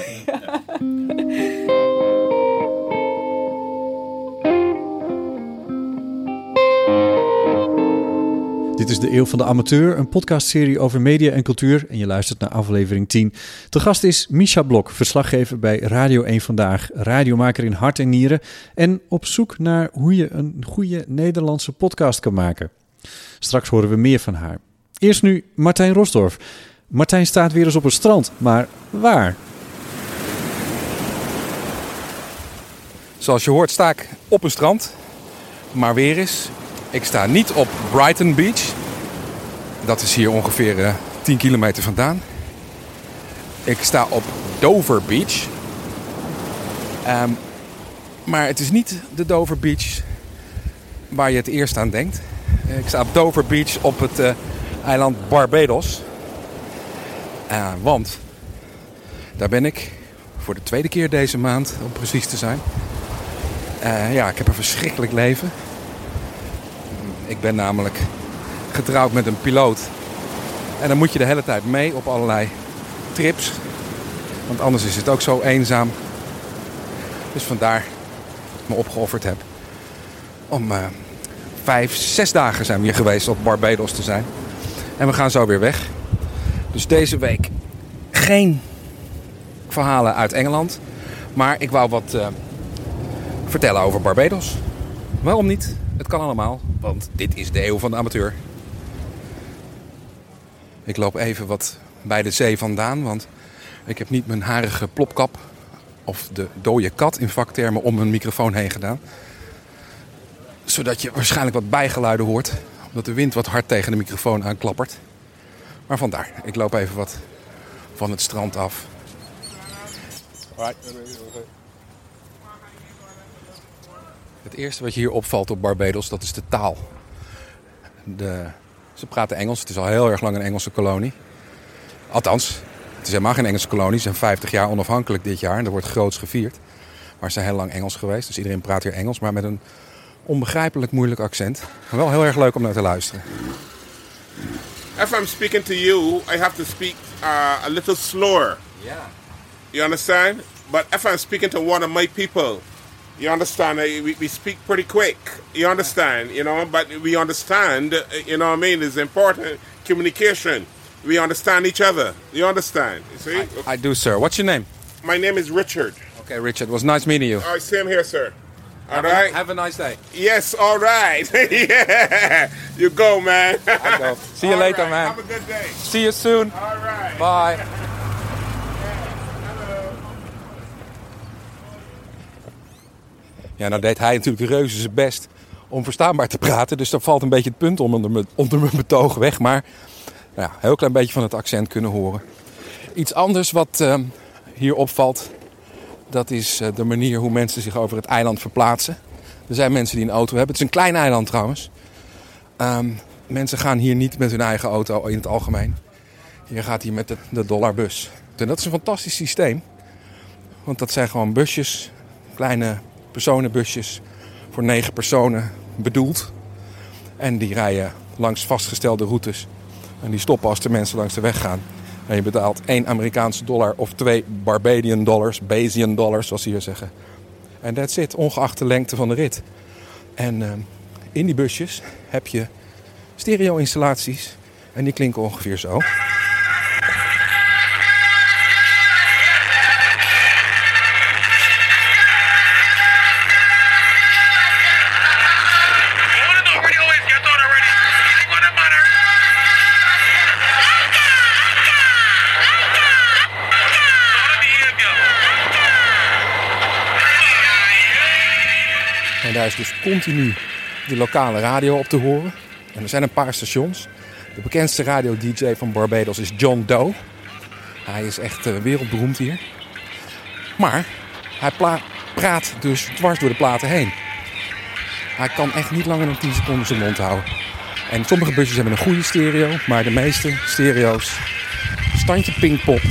Speaker 4: Dit is de Eeuw van de Amateur, een podcastserie over media en cultuur. En je luistert naar aflevering 10. Te gast is Misha Blok, verslaggever bij Radio 1 Vandaag. Radiomaker in hart en nieren. En op zoek naar hoe je een goede Nederlandse podcast kan maken. Straks horen we meer van haar. Eerst nu Martijn Rosdorf. Martijn staat weer eens op een strand, maar waar?
Speaker 16: Zoals je hoort sta ik op een strand, maar weer eens. Ik sta niet op Brighton Beach. Dat is hier ongeveer 10 kilometer vandaan. Ik sta op Dover Beach. Maar het is niet de Dover Beach waar je het eerst aan denkt. Ik sta op Dover Beach op het eiland Barbados. Want daar ben ik voor de 2e keer deze maand, om precies te zijn. Ik heb een verschrikkelijk leven. Ik ben namelijk getrouwd met een piloot. En dan moet je de hele tijd mee op allerlei trips. Want anders is het ook zo eenzaam. Dus vandaar dat ik me opgeofferd heb. Om 5-6 dagen zijn we hier geweest op Barbados te zijn. En we gaan zo weer weg. Dus deze week geen verhalen uit Engeland. Maar ik wou wat vertellen over Barbados. Waarom niet? Het kan allemaal, want dit is de Eeuw van de Amateur. Ik loop even wat bij de zee vandaan, want ik heb niet mijn harige plopkap of de dode kat in vaktermen om mijn microfoon heen gedaan. Zodat je waarschijnlijk wat bijgeluiden hoort, omdat de wind wat hard tegen de microfoon aanklappert. Maar vandaar, ik loop even wat van het strand af. Het eerste wat je hier opvalt op Barbados, dat is de taal. Ze praten Engels. Het is al heel erg lang een Engelse kolonie. Althans, het is helemaal geen Engelse kolonie. Ze zijn 50 jaar onafhankelijk dit jaar en er wordt groots gevierd. Maar ze zijn heel lang Engels geweest, dus iedereen praat hier Engels. Maar met een onbegrijpelijk moeilijk accent. Maar wel heel erg leuk om naar te luisteren.
Speaker 17: If I'm speaking to you, I have to speak a little slower.
Speaker 16: Yeah.
Speaker 17: You understand? But if I'm speaking to one of my people, you understand, we speak pretty quick. You understand, but we understand, you know what I mean, it's important. Communication. We understand each other. You understand, you see?
Speaker 16: I do, sir. What's your name?
Speaker 17: My name is Richard.
Speaker 16: Okay, Richard. It was nice meeting you.
Speaker 17: Same here, sir. All right.
Speaker 16: Have a nice day.
Speaker 17: Yes, all right. Yeah. You go, man.
Speaker 16: I go. See you later, man.
Speaker 17: Have a good day.
Speaker 16: See you soon.
Speaker 17: All right.
Speaker 16: Bye. Ja, nou deed hij natuurlijk reuze zijn best om verstaanbaar te praten. Dus daar valt een beetje het punt onder mijn betoog weg. Maar ja, een heel klein beetje van het accent kunnen horen. Iets anders wat hier opvalt, dat is de manier hoe mensen zich over het eiland verplaatsen. Er zijn mensen die een auto hebben. Het is een klein eiland trouwens. Mensen gaan hier niet met hun eigen auto in het algemeen. Je gaat hier met de dollarbus. En dat is een fantastisch systeem. Want dat zijn gewoon busjes, kleine personenbusjes voor 9 personen bedoeld. En die rijden langs vastgestelde routes. En die stoppen als de mensen langs de weg gaan. En je betaalt 1 Amerikaanse dollar of 2 Barbadian dollars, zoals ze hier zeggen. En that's it, ongeacht de lengte van de rit. En in die busjes heb je stereo-installaties. En die klinken ongeveer zo. En daar is dus continu de lokale radio op te horen. En er zijn een paar stations. De bekendste radio-dj van Barbados is John Doe. Hij is echt wereldberoemd hier. Maar hij praat dus dwars door de platen heen. Hij kan echt niet langer dan 10 seconden zijn mond houden. En sommige busjes hebben een goede stereo, maar de meeste stereo's, standje Pinkpop,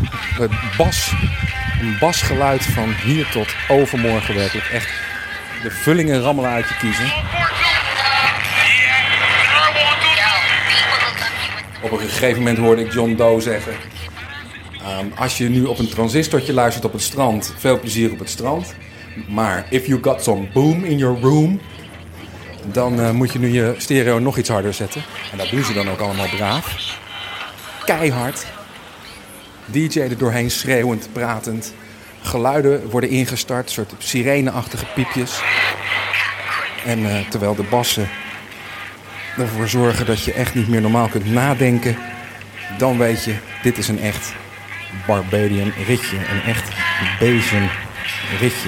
Speaker 16: een basgeluid van hier tot overmorgen werkelijk echt. De vullingen rammelen uit je kiezen. Op een gegeven moment hoorde ik John Doe zeggen: als je nu op een transistortje luistert op het strand, veel plezier op het strand. Maar if you got some boom in your room, dan moet je nu je stereo nog iets harder zetten. En dat doen ze dan ook allemaal braaf. Keihard. DJ er doorheen schreeuwend, pratend. Geluiden worden ingestart, soort sireneachtige piepjes. En terwijl de bassen ervoor zorgen dat je echt niet meer normaal kunt nadenken, dan weet je, dit is een echt Barbadian ritje. Een echt Bajan ritje.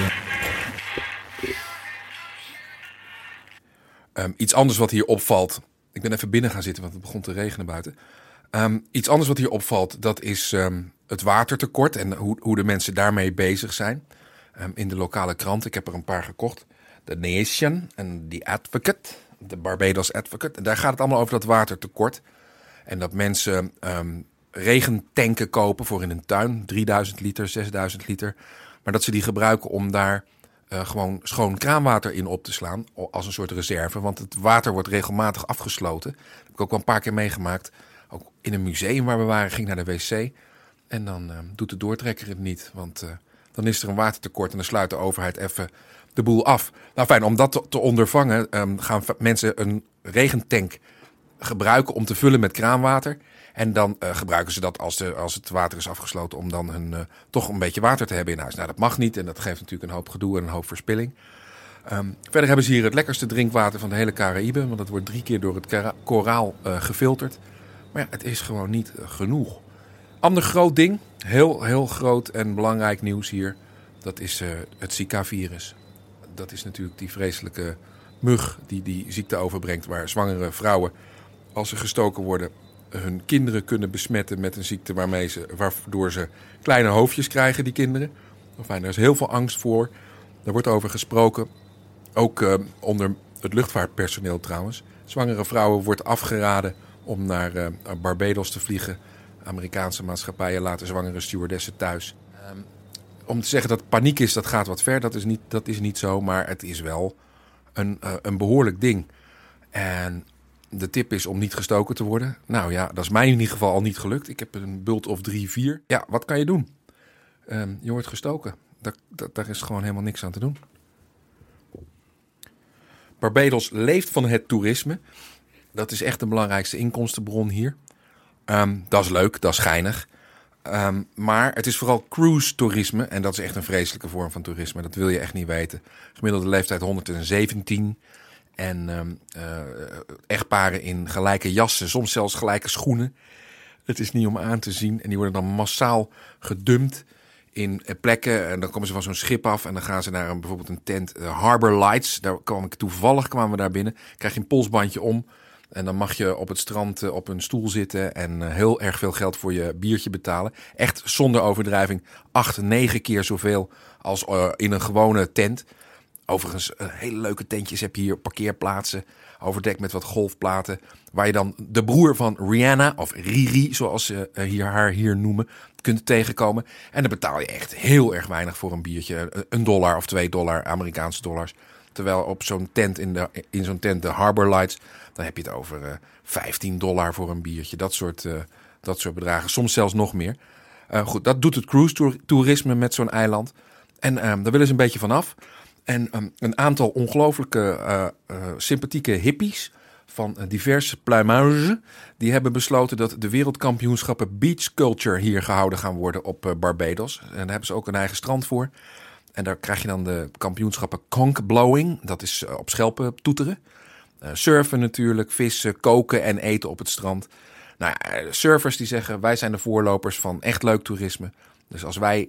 Speaker 16: Iets anders wat hier opvalt. Ik ben even binnen gaan zitten, want het begon te regenen buiten. Iets anders wat hier opvalt, dat is het watertekort en hoe de mensen daarmee bezig zijn. In de lokale krant, ik heb er een paar gekocht. The Nation en The Advocate, de Barbados Advocate. En daar gaat het allemaal over dat watertekort. En dat mensen regentanken kopen voor in hun tuin. 3000 liter, 6000 liter. Maar dat ze die gebruiken om daar gewoon schoon kraanwater in op te slaan. Als een soort reserve. Want het water wordt regelmatig afgesloten. Dat heb ik ook wel een paar keer meegemaakt. Ook in een museum waar we waren, ging naar de wc. En dan doet de doortrekker het niet. Want dan is er een watertekort en dan sluit de overheid even de boel af. Nou fijn, om dat te ondervangen gaan mensen een regentank gebruiken om te vullen met kraanwater. En dan gebruiken ze dat als het water is afgesloten om dan toch een beetje water te hebben in huis. Nou, dat mag niet en dat geeft natuurlijk een hoop gedoe en een hoop verspilling. Verder hebben ze hier het lekkerste drinkwater van de hele Caraïbe. Want dat wordt 3 keer door het koraal gefilterd. Maar ja, het is gewoon niet genoeg. Ander groot ding, heel groot en belangrijk nieuws hier. Dat is het Zika-virus. Dat is natuurlijk die vreselijke mug die ziekte overbrengt. Waar zwangere vrouwen, als ze gestoken worden, hun kinderen kunnen besmetten met een ziekte waardoor ze kleine hoofdjes krijgen, die kinderen. Enfin, er is heel veel angst voor. Daar wordt over gesproken. Ook onder het luchtvaartpersoneel trouwens. Zwangere vrouwen wordt afgeraden om naar Barbados te vliegen. Amerikaanse maatschappijen laten zwangere stewardessen thuis. Om te zeggen dat paniek is, dat gaat wat ver. Dat is niet zo, maar het is wel een behoorlijk ding. En de tip is om niet gestoken te worden. Nou ja, dat is mij in ieder geval al niet gelukt. Ik heb een bult of 3, 4. Ja, wat kan je doen? Je wordt gestoken. Daar is gewoon helemaal niks aan te doen. Barbados leeft van het toerisme. Dat is echt de belangrijkste inkomstenbron hier. Dat is leuk, dat is geinig. Maar het is vooral cruise-toerisme. En dat is echt een vreselijke vorm van toerisme. Dat wil je echt niet weten. Gemiddelde leeftijd 117. En echtparen in gelijke jassen. Soms zelfs gelijke schoenen. Het is niet om aan te zien. En die worden dan massaal gedumpt in plekken. En dan komen ze van zo'n schip af. En dan gaan ze naar bijvoorbeeld een tent. Harbor Lights. Kwamen we daar binnen. Krijg je een polsbandje om. En dan mag je op het strand op een stoel zitten en heel erg veel geld voor je biertje betalen. Echt zonder overdrijving 8-9 keer zoveel als in een gewone tent. Overigens, hele leuke tentjes heb je hier, parkeerplaatsen, overdekt met wat golfplaten. Waar je dan de broer van Rihanna, of Riri zoals ze haar hier noemen, kunt tegenkomen. En dan betaal je echt heel erg weinig voor een biertje. $1 of $2 Amerikaanse dollars. Terwijl op zo'n tent, in zo'n tent, de Harbor Lights, dan heb je het over $15 voor een biertje. Dat soort bedragen. Soms zelfs nog meer. Goed, dat doet het cruise-toerisme met zo'n eiland. En daar willen ze een beetje vanaf. En een aantal ongelooflijke sympathieke hippies van diverse pluimage, die hebben besloten dat de wereldkampioenschappen Beach Culture hier gehouden gaan worden op Barbados. En daar hebben ze ook een eigen strand voor. En daar krijg je dan de kampioenschappen conch blowing. Dat is op schelpen toeteren. Surfen natuurlijk, vissen, koken en eten op het strand. Nou ja, surfers die zeggen, wij zijn de voorlopers van echt leuk toerisme. Dus als wij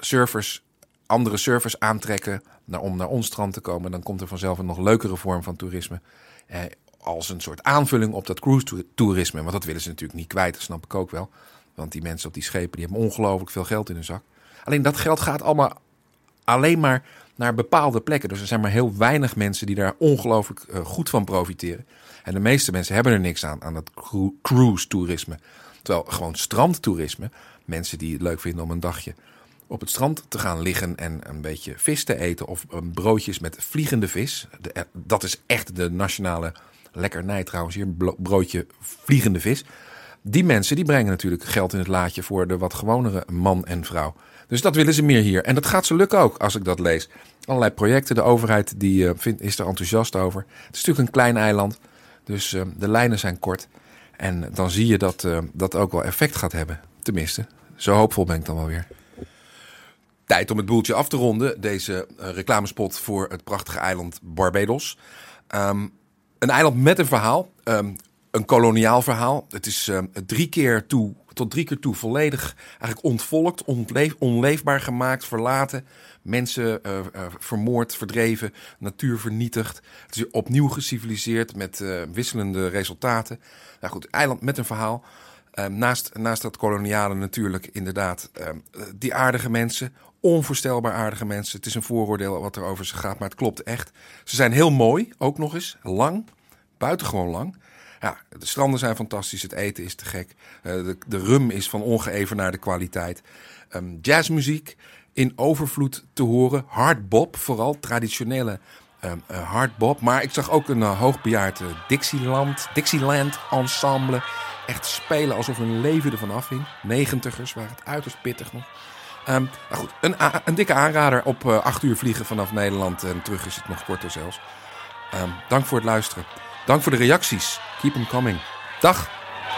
Speaker 16: andere surfers aantrekken om naar ons strand te komen, dan komt er vanzelf een nog leukere vorm van toerisme. Als een soort aanvulling op dat cruise-toerisme. Want dat willen ze natuurlijk niet kwijt, dat snap ik ook wel. Want die mensen op die schepen die hebben ongelooflijk veel geld in hun zak. Alleen dat geld gaat allemaal alleen maar naar bepaalde plekken. Dus er zijn maar heel weinig mensen die daar ongelooflijk goed van profiteren. En de meeste mensen hebben er niks aan dat cruise-toerisme. Terwijl gewoon strandtoerisme, mensen die het leuk vinden om een dagje op het strand te gaan liggen en een beetje vis te eten of broodjes met vliegende vis. Dat is echt de nationale lekkernij trouwens hier, broodje vliegende vis. Die mensen die brengen natuurlijk geld in het laadje voor de wat gewonere man en vrouw. Dus dat willen ze meer hier. En dat gaat ze lukken ook, als ik dat lees. Allerlei projecten, de overheid is er enthousiast over. Het is natuurlijk een klein eiland, dus de lijnen zijn kort. En dan zie je dat dat ook wel effect gaat hebben. Tenminste, zo hoopvol ben ik dan wel weer. Tijd om het boeltje af te ronden. Deze reclamespot voor het prachtige eiland Barbados. Een eiland met een verhaal. Een koloniaal verhaal. Het is 3 keer toe volledig eigenlijk ontvolkt, onleefbaar gemaakt, verlaten. Mensen vermoord, verdreven, natuur vernietigd. Het is opnieuw geciviliseerd met wisselende resultaten. Nou goed, eiland met een verhaal. Naast dat koloniale natuurlijk inderdaad die aardige mensen. Onvoorstelbaar aardige mensen. Het is een vooroordeel wat er over ze gaat, maar het klopt echt. Ze zijn heel mooi, ook nog eens. Lang, buitengewoon lang. Ja, de stranden zijn fantastisch, het eten is te gek. De rum is van ongeëvenaarde kwaliteit. Jazzmuziek in overvloed te horen. Hardbop, vooral traditionele hardbop. Maar ik zag ook een hoogbejaard Dixieland ensemble. Echt spelen alsof hun leven ervan afhing. 90ers waren het uiterst pittig nog. Nou goed, een dikke aanrader op 8 uur vliegen vanaf Nederland. En terug is het nog korter zelfs. Dank voor het luisteren. Dank voor de reacties. Keep them coming. Dag.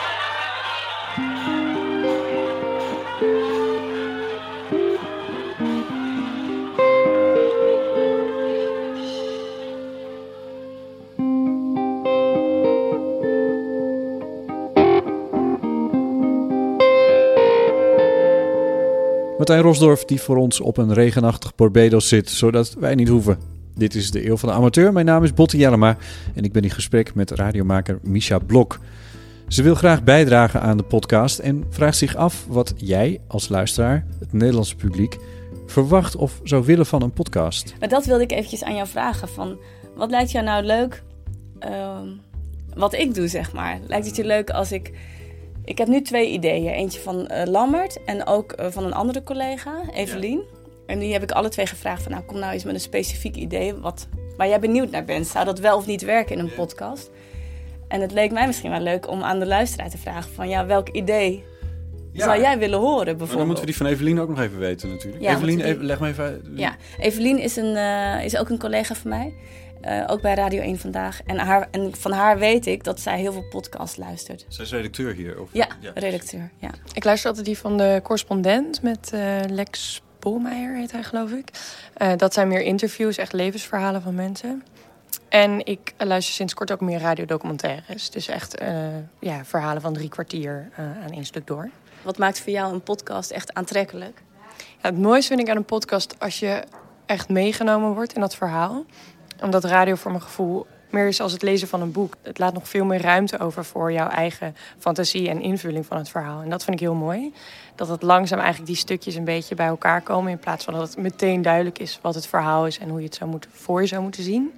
Speaker 4: Martijn Rosdorff die voor ons op een regenachtig Barbados zit, zodat wij niet hoeven. Dit is de Eeuw van de Amateur. Mijn naam is Botte Jellema en ik ben in gesprek met radiomaker Misha Blok. Ze wil graag bijdragen aan de podcast en vraagt zich af wat jij als luisteraar, het Nederlandse publiek, verwacht of zou willen van een podcast.
Speaker 9: Maar dat wilde ik eventjes aan jou vragen. Van, wat lijkt jou nou leuk wat ik doe, zeg maar? Lijkt het je leuk als ik... Ik heb nu 2 ideeën. Eentje van Lambert en ook van een andere collega, Evelien. Ja. En die heb ik alle 2 gevraagd van, nou, kom nou eens met een specifiek idee waar jij benieuwd naar bent. Zou dat wel of niet werken in een podcast? En het leek mij misschien wel leuk om aan de luisteraar te vragen van, ja, welk idee zou jij willen horen bijvoorbeeld?
Speaker 4: Maar dan moeten we die van Evelien ook nog even weten natuurlijk.
Speaker 9: Ja,
Speaker 4: Evelien, leg me even uit.
Speaker 9: Ja, Evelien is ook een collega van mij. Ook bij Radio 1 Vandaag. En van haar weet ik dat zij heel veel podcasts luistert.
Speaker 4: Zij is redacteur hier? Of?
Speaker 9: Ja, redacteur. Ja.
Speaker 18: Ik luister altijd die van de correspondent met Lex Bolmeijer, heet hij geloof ik. Dat zijn meer interviews, echt levensverhalen van mensen. En ik luister sinds kort ook meer radiodocumentaires. Dus echt verhalen van 3 kwartier aan 1 stuk door.
Speaker 9: Wat maakt voor jou een podcast echt aantrekkelijk?
Speaker 18: Ja, het mooiste vind ik aan een podcast als je echt meegenomen wordt in dat verhaal. Omdat radio voor mijn gevoel meer is als het lezen van een boek. Het laat nog veel meer ruimte over voor jouw eigen fantasie en invulling van het verhaal. En dat vind ik heel mooi. Dat het langzaam eigenlijk die stukjes een beetje bij elkaar komen. In plaats van dat het meteen duidelijk is wat het verhaal is en hoe je het voor je zou moeten zien.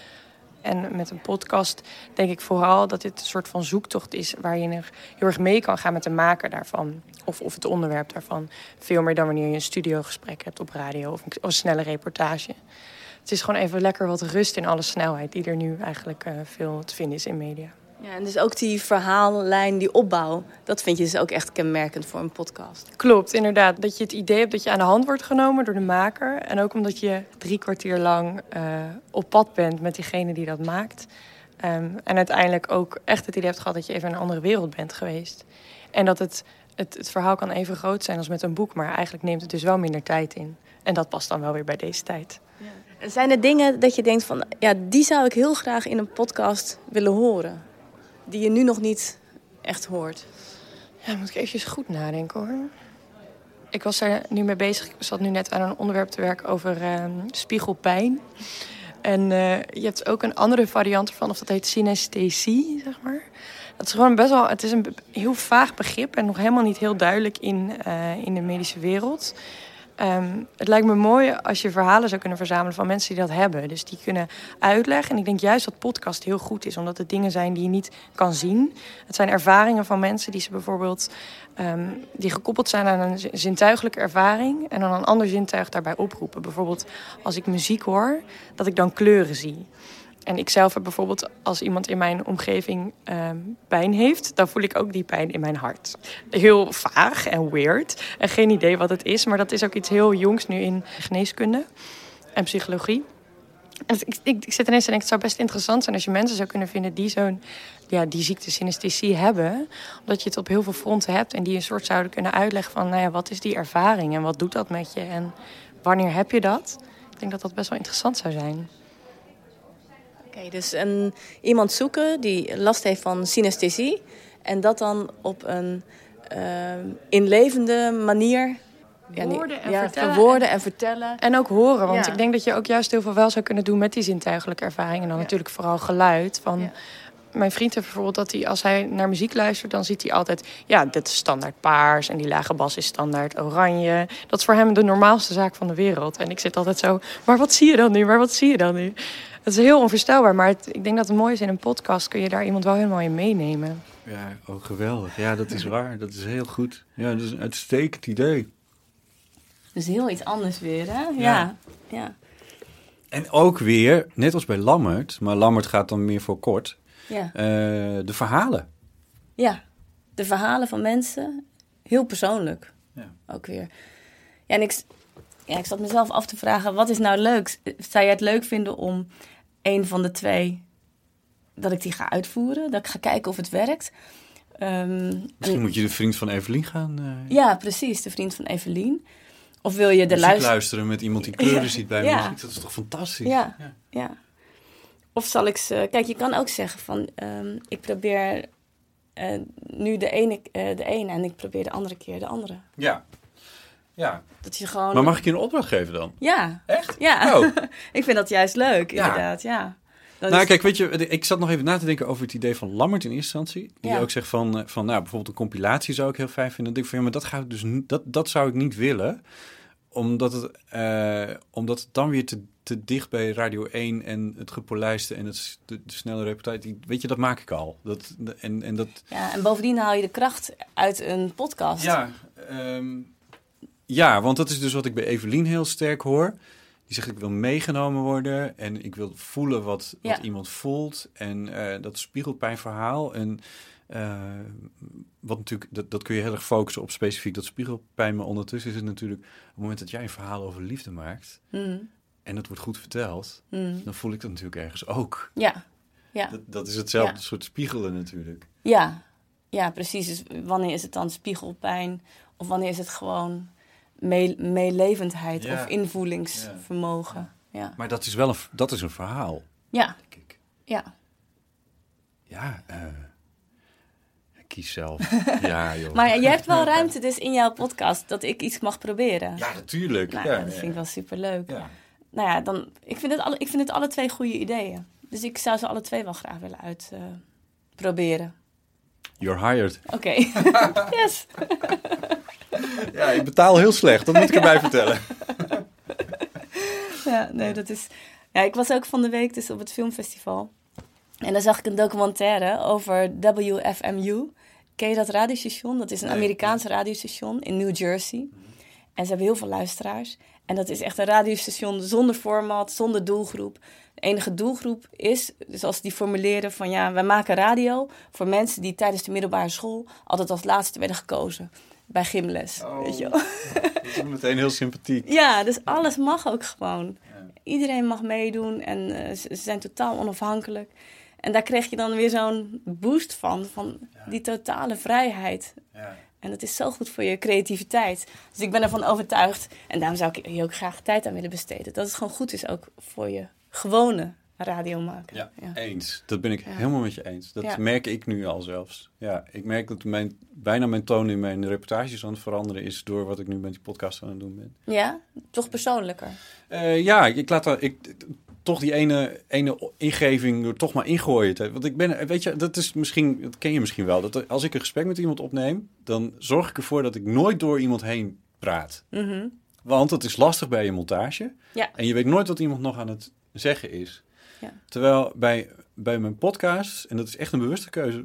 Speaker 18: En met een podcast denk ik vooral dat dit een soort van zoektocht is waar je heel erg mee kan gaan met de maker daarvan. Of het onderwerp daarvan. Veel meer dan wanneer je een studiogesprek hebt op radio of een snelle reportage. Het is gewoon even lekker wat rust in alle snelheid die er nu eigenlijk veel te vinden is in media.
Speaker 9: Ja, en dus ook die verhaallijn, die opbouw, dat vind je dus ook echt kenmerkend voor een podcast.
Speaker 18: Klopt, inderdaad. Dat je het idee hebt dat je aan de hand wordt genomen door de maker. En ook omdat je 3 kwartier lang op pad bent met diegene die dat maakt. En uiteindelijk ook echt het idee hebt gehad dat je even in een andere wereld bent geweest. En dat het verhaal kan even groot zijn als met een boek, maar eigenlijk neemt het dus wel minder tijd in. En dat past dan wel weer bij deze tijd.
Speaker 9: Ja. Zijn er dingen dat je denkt van, ja, die zou ik heel graag in een podcast willen horen? Die je nu nog niet echt hoort?
Speaker 18: Ja, moet ik eventjes goed nadenken hoor. Ik was er nu mee bezig. Ik zat nu net aan een onderwerp te werken over spiegelpijn. En je hebt ook een andere variant ervan, of dat heet synesthesie, zeg maar. Dat is gewoon best wel, het is een heel vaag begrip en nog helemaal niet heel duidelijk in de medische wereld. Het lijkt me mooi als je verhalen zou kunnen verzamelen van mensen die dat hebben. Dus die kunnen uitleggen. En ik denk juist dat podcast heel goed is, omdat het dingen zijn die je niet kan zien. Het zijn ervaringen van mensen die ze bijvoorbeeld die gekoppeld zijn aan een zintuigelijke ervaring en dan een ander zintuig daarbij oproepen. Bijvoorbeeld als ik muziek hoor, dat ik dan kleuren zie. En ik zelf heb bijvoorbeeld, als iemand in mijn omgeving pijn heeft, dan voel ik ook die pijn in mijn hart. Heel vaag en weird. En geen idee wat het is, maar dat is ook iets heel jongs nu in geneeskunde en psychologie. En ik zit ineens te denken, het zou best interessant zijn als je mensen zou kunnen vinden die die ziekte synesthesie hebben. Omdat je het op heel veel fronten hebt en die een soort zouden kunnen uitleggen van, nou ja, wat is die ervaring en wat doet dat met je en wanneer heb je dat? Ik denk dat dat best wel interessant zou zijn.
Speaker 9: Oké, dus iemand zoeken die last heeft van synesthesie en dat dan op een inlevende manier verwoorden en vertellen.
Speaker 18: En ook horen, want ik denk dat je ook juist heel veel wel zou kunnen doen met die zintuigelijke ervaring. En dan natuurlijk vooral geluid. Mijn vriend heeft bijvoorbeeld dat hij, als hij naar muziek luistert, dan ziet hij altijd, ja, dit is standaard paars en die lage bas is standaard oranje. Dat is voor hem de normaalste zaak van de wereld. En ik zit altijd zo, maar wat zie je dan nu? Maar wat zie je dan nu? Het is heel onvoorstelbaar, maar ik denk dat het mooi is in een podcast kun je daar iemand wel helemaal in meenemen.
Speaker 4: Ja, oh geweldig. Ja, dat is waar. Dat is heel goed. Ja, dat is een uitstekend idee.
Speaker 9: Dus heel iets anders weer, hè?
Speaker 4: Ja. En ook weer, net als bij Lammert, maar Lammert gaat dan meer voor kort, de verhalen.
Speaker 9: Ja, de verhalen van mensen. Heel persoonlijk. Ja. Ook weer. Ja, en ik zat mezelf af te vragen, wat is nou leuk? Zou jij het leuk vinden om een van de 2, dat ik die ga uitvoeren? Dat ik ga kijken of het werkt?
Speaker 4: Misschien moet je de vriend van Evelien gaan...
Speaker 9: Ja, precies, de vriend van Evelien. Of wil je de
Speaker 4: luisteren met iemand die kleuren ziet bij muziek? Dat is toch fantastisch?
Speaker 9: Ja. Of zal ik ze... Kijk, je kan ook zeggen van... ik probeer nu de ene en ik probeer de andere keer de andere.
Speaker 4: Ja.
Speaker 9: Dat je gewoon...
Speaker 4: Maar mag ik je een opdracht geven dan?
Speaker 9: Ja.
Speaker 4: Echt?
Speaker 9: Ja.
Speaker 4: Oh.
Speaker 9: Ik vind dat juist leuk, inderdaad. Ja.
Speaker 4: Kijk, weet je, ik zat nog even na te denken over het idee van Lammert in eerste instantie. Die ook zegt van bijvoorbeeld een compilatie zou ik heel fijn vinden. Dan denk ik van, maar dat gaat dus dat zou ik niet willen. Omdat het dan weer te dicht bij Radio 1 en het gepolijste en de snelle reputatie. Weet je, dat maak ik al.
Speaker 9: En bovendien haal je de kracht uit een podcast.
Speaker 4: Ja, want dat is dus wat ik bij Evelien heel sterk hoor. Die zegt, ik wil meegenomen worden en ik wil voelen wat iemand voelt. En dat spiegelpijnverhaal. En wat natuurlijk, dat kun je heel erg focussen op specifiek dat spiegelpijn. Maar ondertussen is het natuurlijk, op het moment dat jij een verhaal over liefde maakt, en het wordt goed verteld, dan voel ik dat natuurlijk ergens ook.
Speaker 9: Ja.
Speaker 4: Dat is hetzelfde soort spiegelen natuurlijk.
Speaker 9: Ja, precies. Dus wanneer is het dan spiegelpijn? Of wanneer is het gewoon meelevendheid of invoelingsvermogen? Ja.
Speaker 4: Maar dat is wel een verhaal.
Speaker 9: Ja. Denk ik. Ja.
Speaker 4: Ja, kies zelf. Ja, joh.
Speaker 9: Maar je hebt wel ruimte dus in jouw podcast dat ik iets mag proberen.
Speaker 4: Ja, natuurlijk.
Speaker 9: Nou, dat vind ik wel superleuk. Ja. Nou ja, ik vind het alle twee goede ideeën. Dus ik zou ze alle twee wel graag willen uitproberen.
Speaker 4: You're hired.
Speaker 9: Oké. Yes.
Speaker 4: Ja, ik betaal heel slecht. Dat moet ik erbij vertellen.
Speaker 9: Ja, nee, dat is... Ja, ik was ook van de week dus op het filmfestival. En daar zag ik een documentaire over WFMU. Ken je dat radiostation? Dat is een Amerikaans radiostation in New Jersey. En ze hebben heel veel luisteraars. En dat is echt een radiostation zonder format, zonder doelgroep. De enige doelgroep is, dus als die formuleren van ja, wij maken radio voor mensen die tijdens de middelbare school altijd als laatste werden gekozen. Bij gymles, weet je wel.
Speaker 4: Dat is meteen heel sympathiek.
Speaker 9: Ja, dus alles mag ook gewoon. Ja. Iedereen mag meedoen en ze zijn totaal onafhankelijk. En daar kreeg je dan weer zo'n boost van die totale vrijheid. Ja. En dat is zo goed voor je creativiteit. Dus ik ben ervan overtuigd. En daarom zou ik hier ook graag tijd aan willen besteden. Dat het gewoon goed is ook voor je gewone radio maken.
Speaker 4: Ja, eens. Dat ben ik helemaal met je eens. Dat merk ik nu al zelfs. Ja, ik merk dat bijna mijn toon in mijn reportages aan het veranderen is door wat ik nu met die podcast aan het doen ben.
Speaker 9: Ja? Toch persoonlijker?
Speaker 4: Ja, ik laat toch die ene ingeving er toch maar ingooien. Want ik ben, weet je, dat ken je misschien wel. Dat als ik een gesprek met iemand opneem, dan zorg ik ervoor dat ik nooit door iemand heen praat. Mm-hmm. Want het is lastig bij je montage. Ja. En je weet nooit wat iemand nog aan het zeggen is. Ja. Terwijl bij mijn podcast, en dat is echt een bewuste keuze,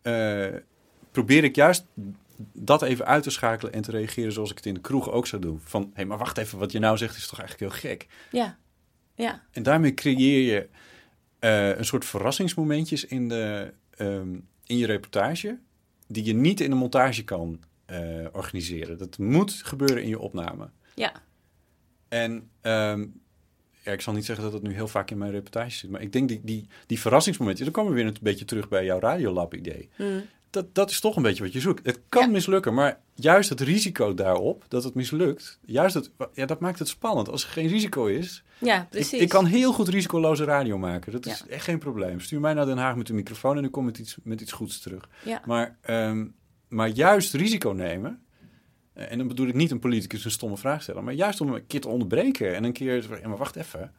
Speaker 4: probeer ik juist dat even uit te schakelen en te reageren zoals ik het in de kroeg ook zou doen. Van, hé, maar wacht even, wat je nou zegt is toch eigenlijk heel gek?
Speaker 9: Ja. Ja.
Speaker 4: En daarmee creëer je een soort verrassingsmomentjes in je reportage die je niet in de montage kan organiseren. Dat moet gebeuren in je opname.
Speaker 9: Ja.
Speaker 4: En ik zal niet zeggen dat het nu heel vaak in mijn reportage zit, maar ik denk die verrassingsmomentjes, dan komen we weer een beetje terug bij jouw Radiolab-idee. Mm. Dat is toch een beetje wat je zoekt. Het kan mislukken, maar juist het risico daarop, dat het mislukt, dat maakt het spannend. Als er geen risico is,
Speaker 9: ja, precies.
Speaker 4: Ik kan heel goed risicoloze radio maken. Dat is echt geen probleem. Stuur mij naar Den Haag met een microfoon en dan kom ik met iets goeds terug. Ja. Maar juist risico nemen, en dan bedoel ik niet een politicus een stomme vraag stellen, maar juist om een keer te onderbreken en een keer, maar wacht even.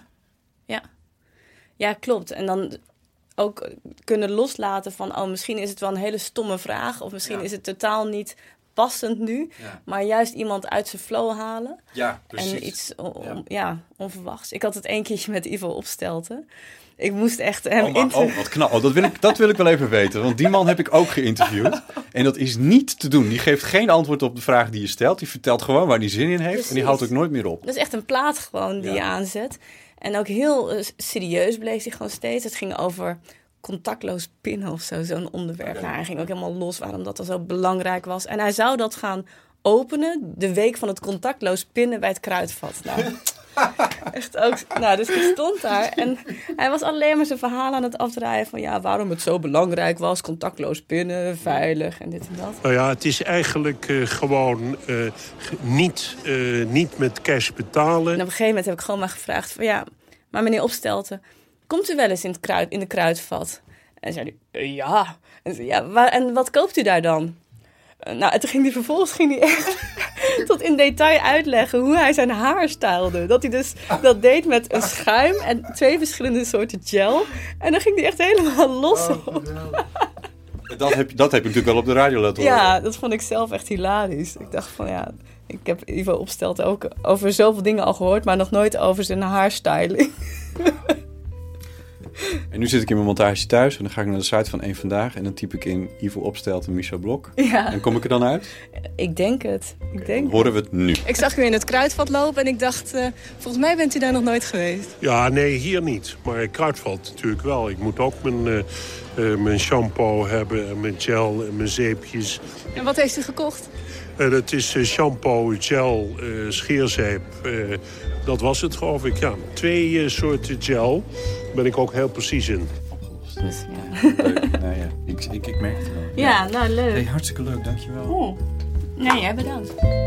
Speaker 9: Ja, klopt. En dan ook kunnen loslaten van, misschien is het wel een hele stomme vraag, of misschien is het totaal niet passend nu, maar juist iemand uit zijn flow halen.
Speaker 4: Ja, precies.
Speaker 9: En iets onverwachts. Ik had het 1 keertje met Ivo Opstelten. Ik moest echt hem
Speaker 4: wat knap. Dat wil ik wel even weten, want die man heb ik ook geïnterviewd. En dat is niet te doen. Die geeft geen antwoord op de vraag die je stelt. Die vertelt gewoon waar hij zin in heeft. Precies. En die houdt ook nooit meer op.
Speaker 9: Dat is echt een plaat gewoon die je aanzet. En ook heel serieus bleef hij gewoon steeds. Het ging over contactloos pinnen of zo, zo'n onderwerp. Nou, hij ging ook helemaal los waarom dat al zo belangrijk was. En hij zou dat gaan openen de week van het contactloos pinnen bij het Kruidvat. Nou, echt ook. Nou, dus ik stond daar en hij was alleen maar zijn verhaal aan het afdraaien van waarom het zo belangrijk was, contactloos pinnen, veilig en dit en dat.
Speaker 5: Nou ja, het is eigenlijk gewoon niet met cash betalen.
Speaker 9: En op een gegeven moment heb ik gewoon maar gevraagd van maar meneer Opstelten, komt u wel eens in de Kruidvat? En zei hij, ja. En zei, en wat koopt u daar dan? Nou, toen ging hij vervolgens echt tot in detail uitleggen hoe hij zijn haar stylede. Dat hij dus dat deed met een schuim en 2 verschillende soorten gel. En dan ging hij echt helemaal los op.
Speaker 4: Dat heb je natuurlijk wel op de radio laten horen.
Speaker 9: Ja, dat vond ik zelf echt hilarisch. Ik dacht van ik heb Ivo Opstelten ook over zoveel dingen al gehoord, maar nog nooit over zijn haarstyling.
Speaker 4: En nu zit ik in mijn montage thuis en dan ga ik naar de site van Eén Vandaag en dan typ ik in Ivo Opstelten, Misha Blok. Ja. En kom ik er dan uit?
Speaker 9: Ik denk het.
Speaker 4: Horen we het nu?
Speaker 9: Ik zag u in het Kruidvat lopen en ik dacht, volgens mij bent u daar nog nooit geweest.
Speaker 5: Ja, nee, hier niet. Maar Kruidvat natuurlijk wel. Ik moet ook mijn shampoo hebben en mijn gel en mijn zeepjes.
Speaker 9: En wat heeft u gekocht?
Speaker 5: En het is shampoo, gel, scheerzeep. Dat was het, geloof ik. Ja, 2 soorten gel. Daar ben ik ook heel precies in.
Speaker 9: Dus, ja.
Speaker 4: Leuk. Nou ja, ik merk het wel.
Speaker 9: Ja, nou leuk.
Speaker 4: Hey, hartstikke leuk, dankjewel.
Speaker 9: Cool. Nee, jij bedankt.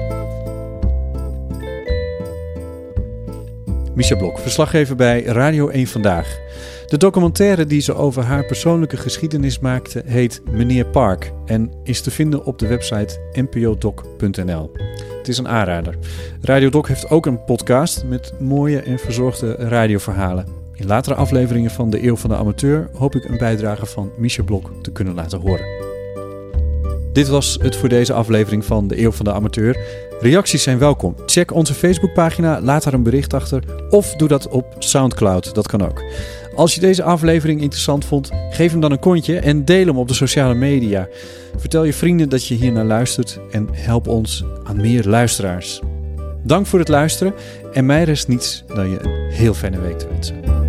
Speaker 4: Mischa Blok, verslaggever bij Radio 1 Vandaag. De documentaire die ze over haar persoonlijke geschiedenis maakte heet Meneer Park en is te vinden op de website npodoc.nl. Het is een aanrader. Radio Doc heeft ook een podcast met mooie en verzorgde radioverhalen. In latere afleveringen van De Eeuw van de Amateur hoop ik een bijdrage van Mischa Blok te kunnen laten horen. Dit was het voor deze aflevering van De Eeuw van de Amateur. Reacties zijn welkom. Check onze Facebookpagina, laat daar een bericht achter of doe dat op Soundcloud, dat kan ook. Als je deze aflevering interessant vond, geef hem dan een kontje en deel hem op de sociale media. Vertel je vrienden dat je hier naar luistert en help ons aan meer luisteraars. Dank voor het luisteren en mij rest niets dan je een heel fijne week te wensen.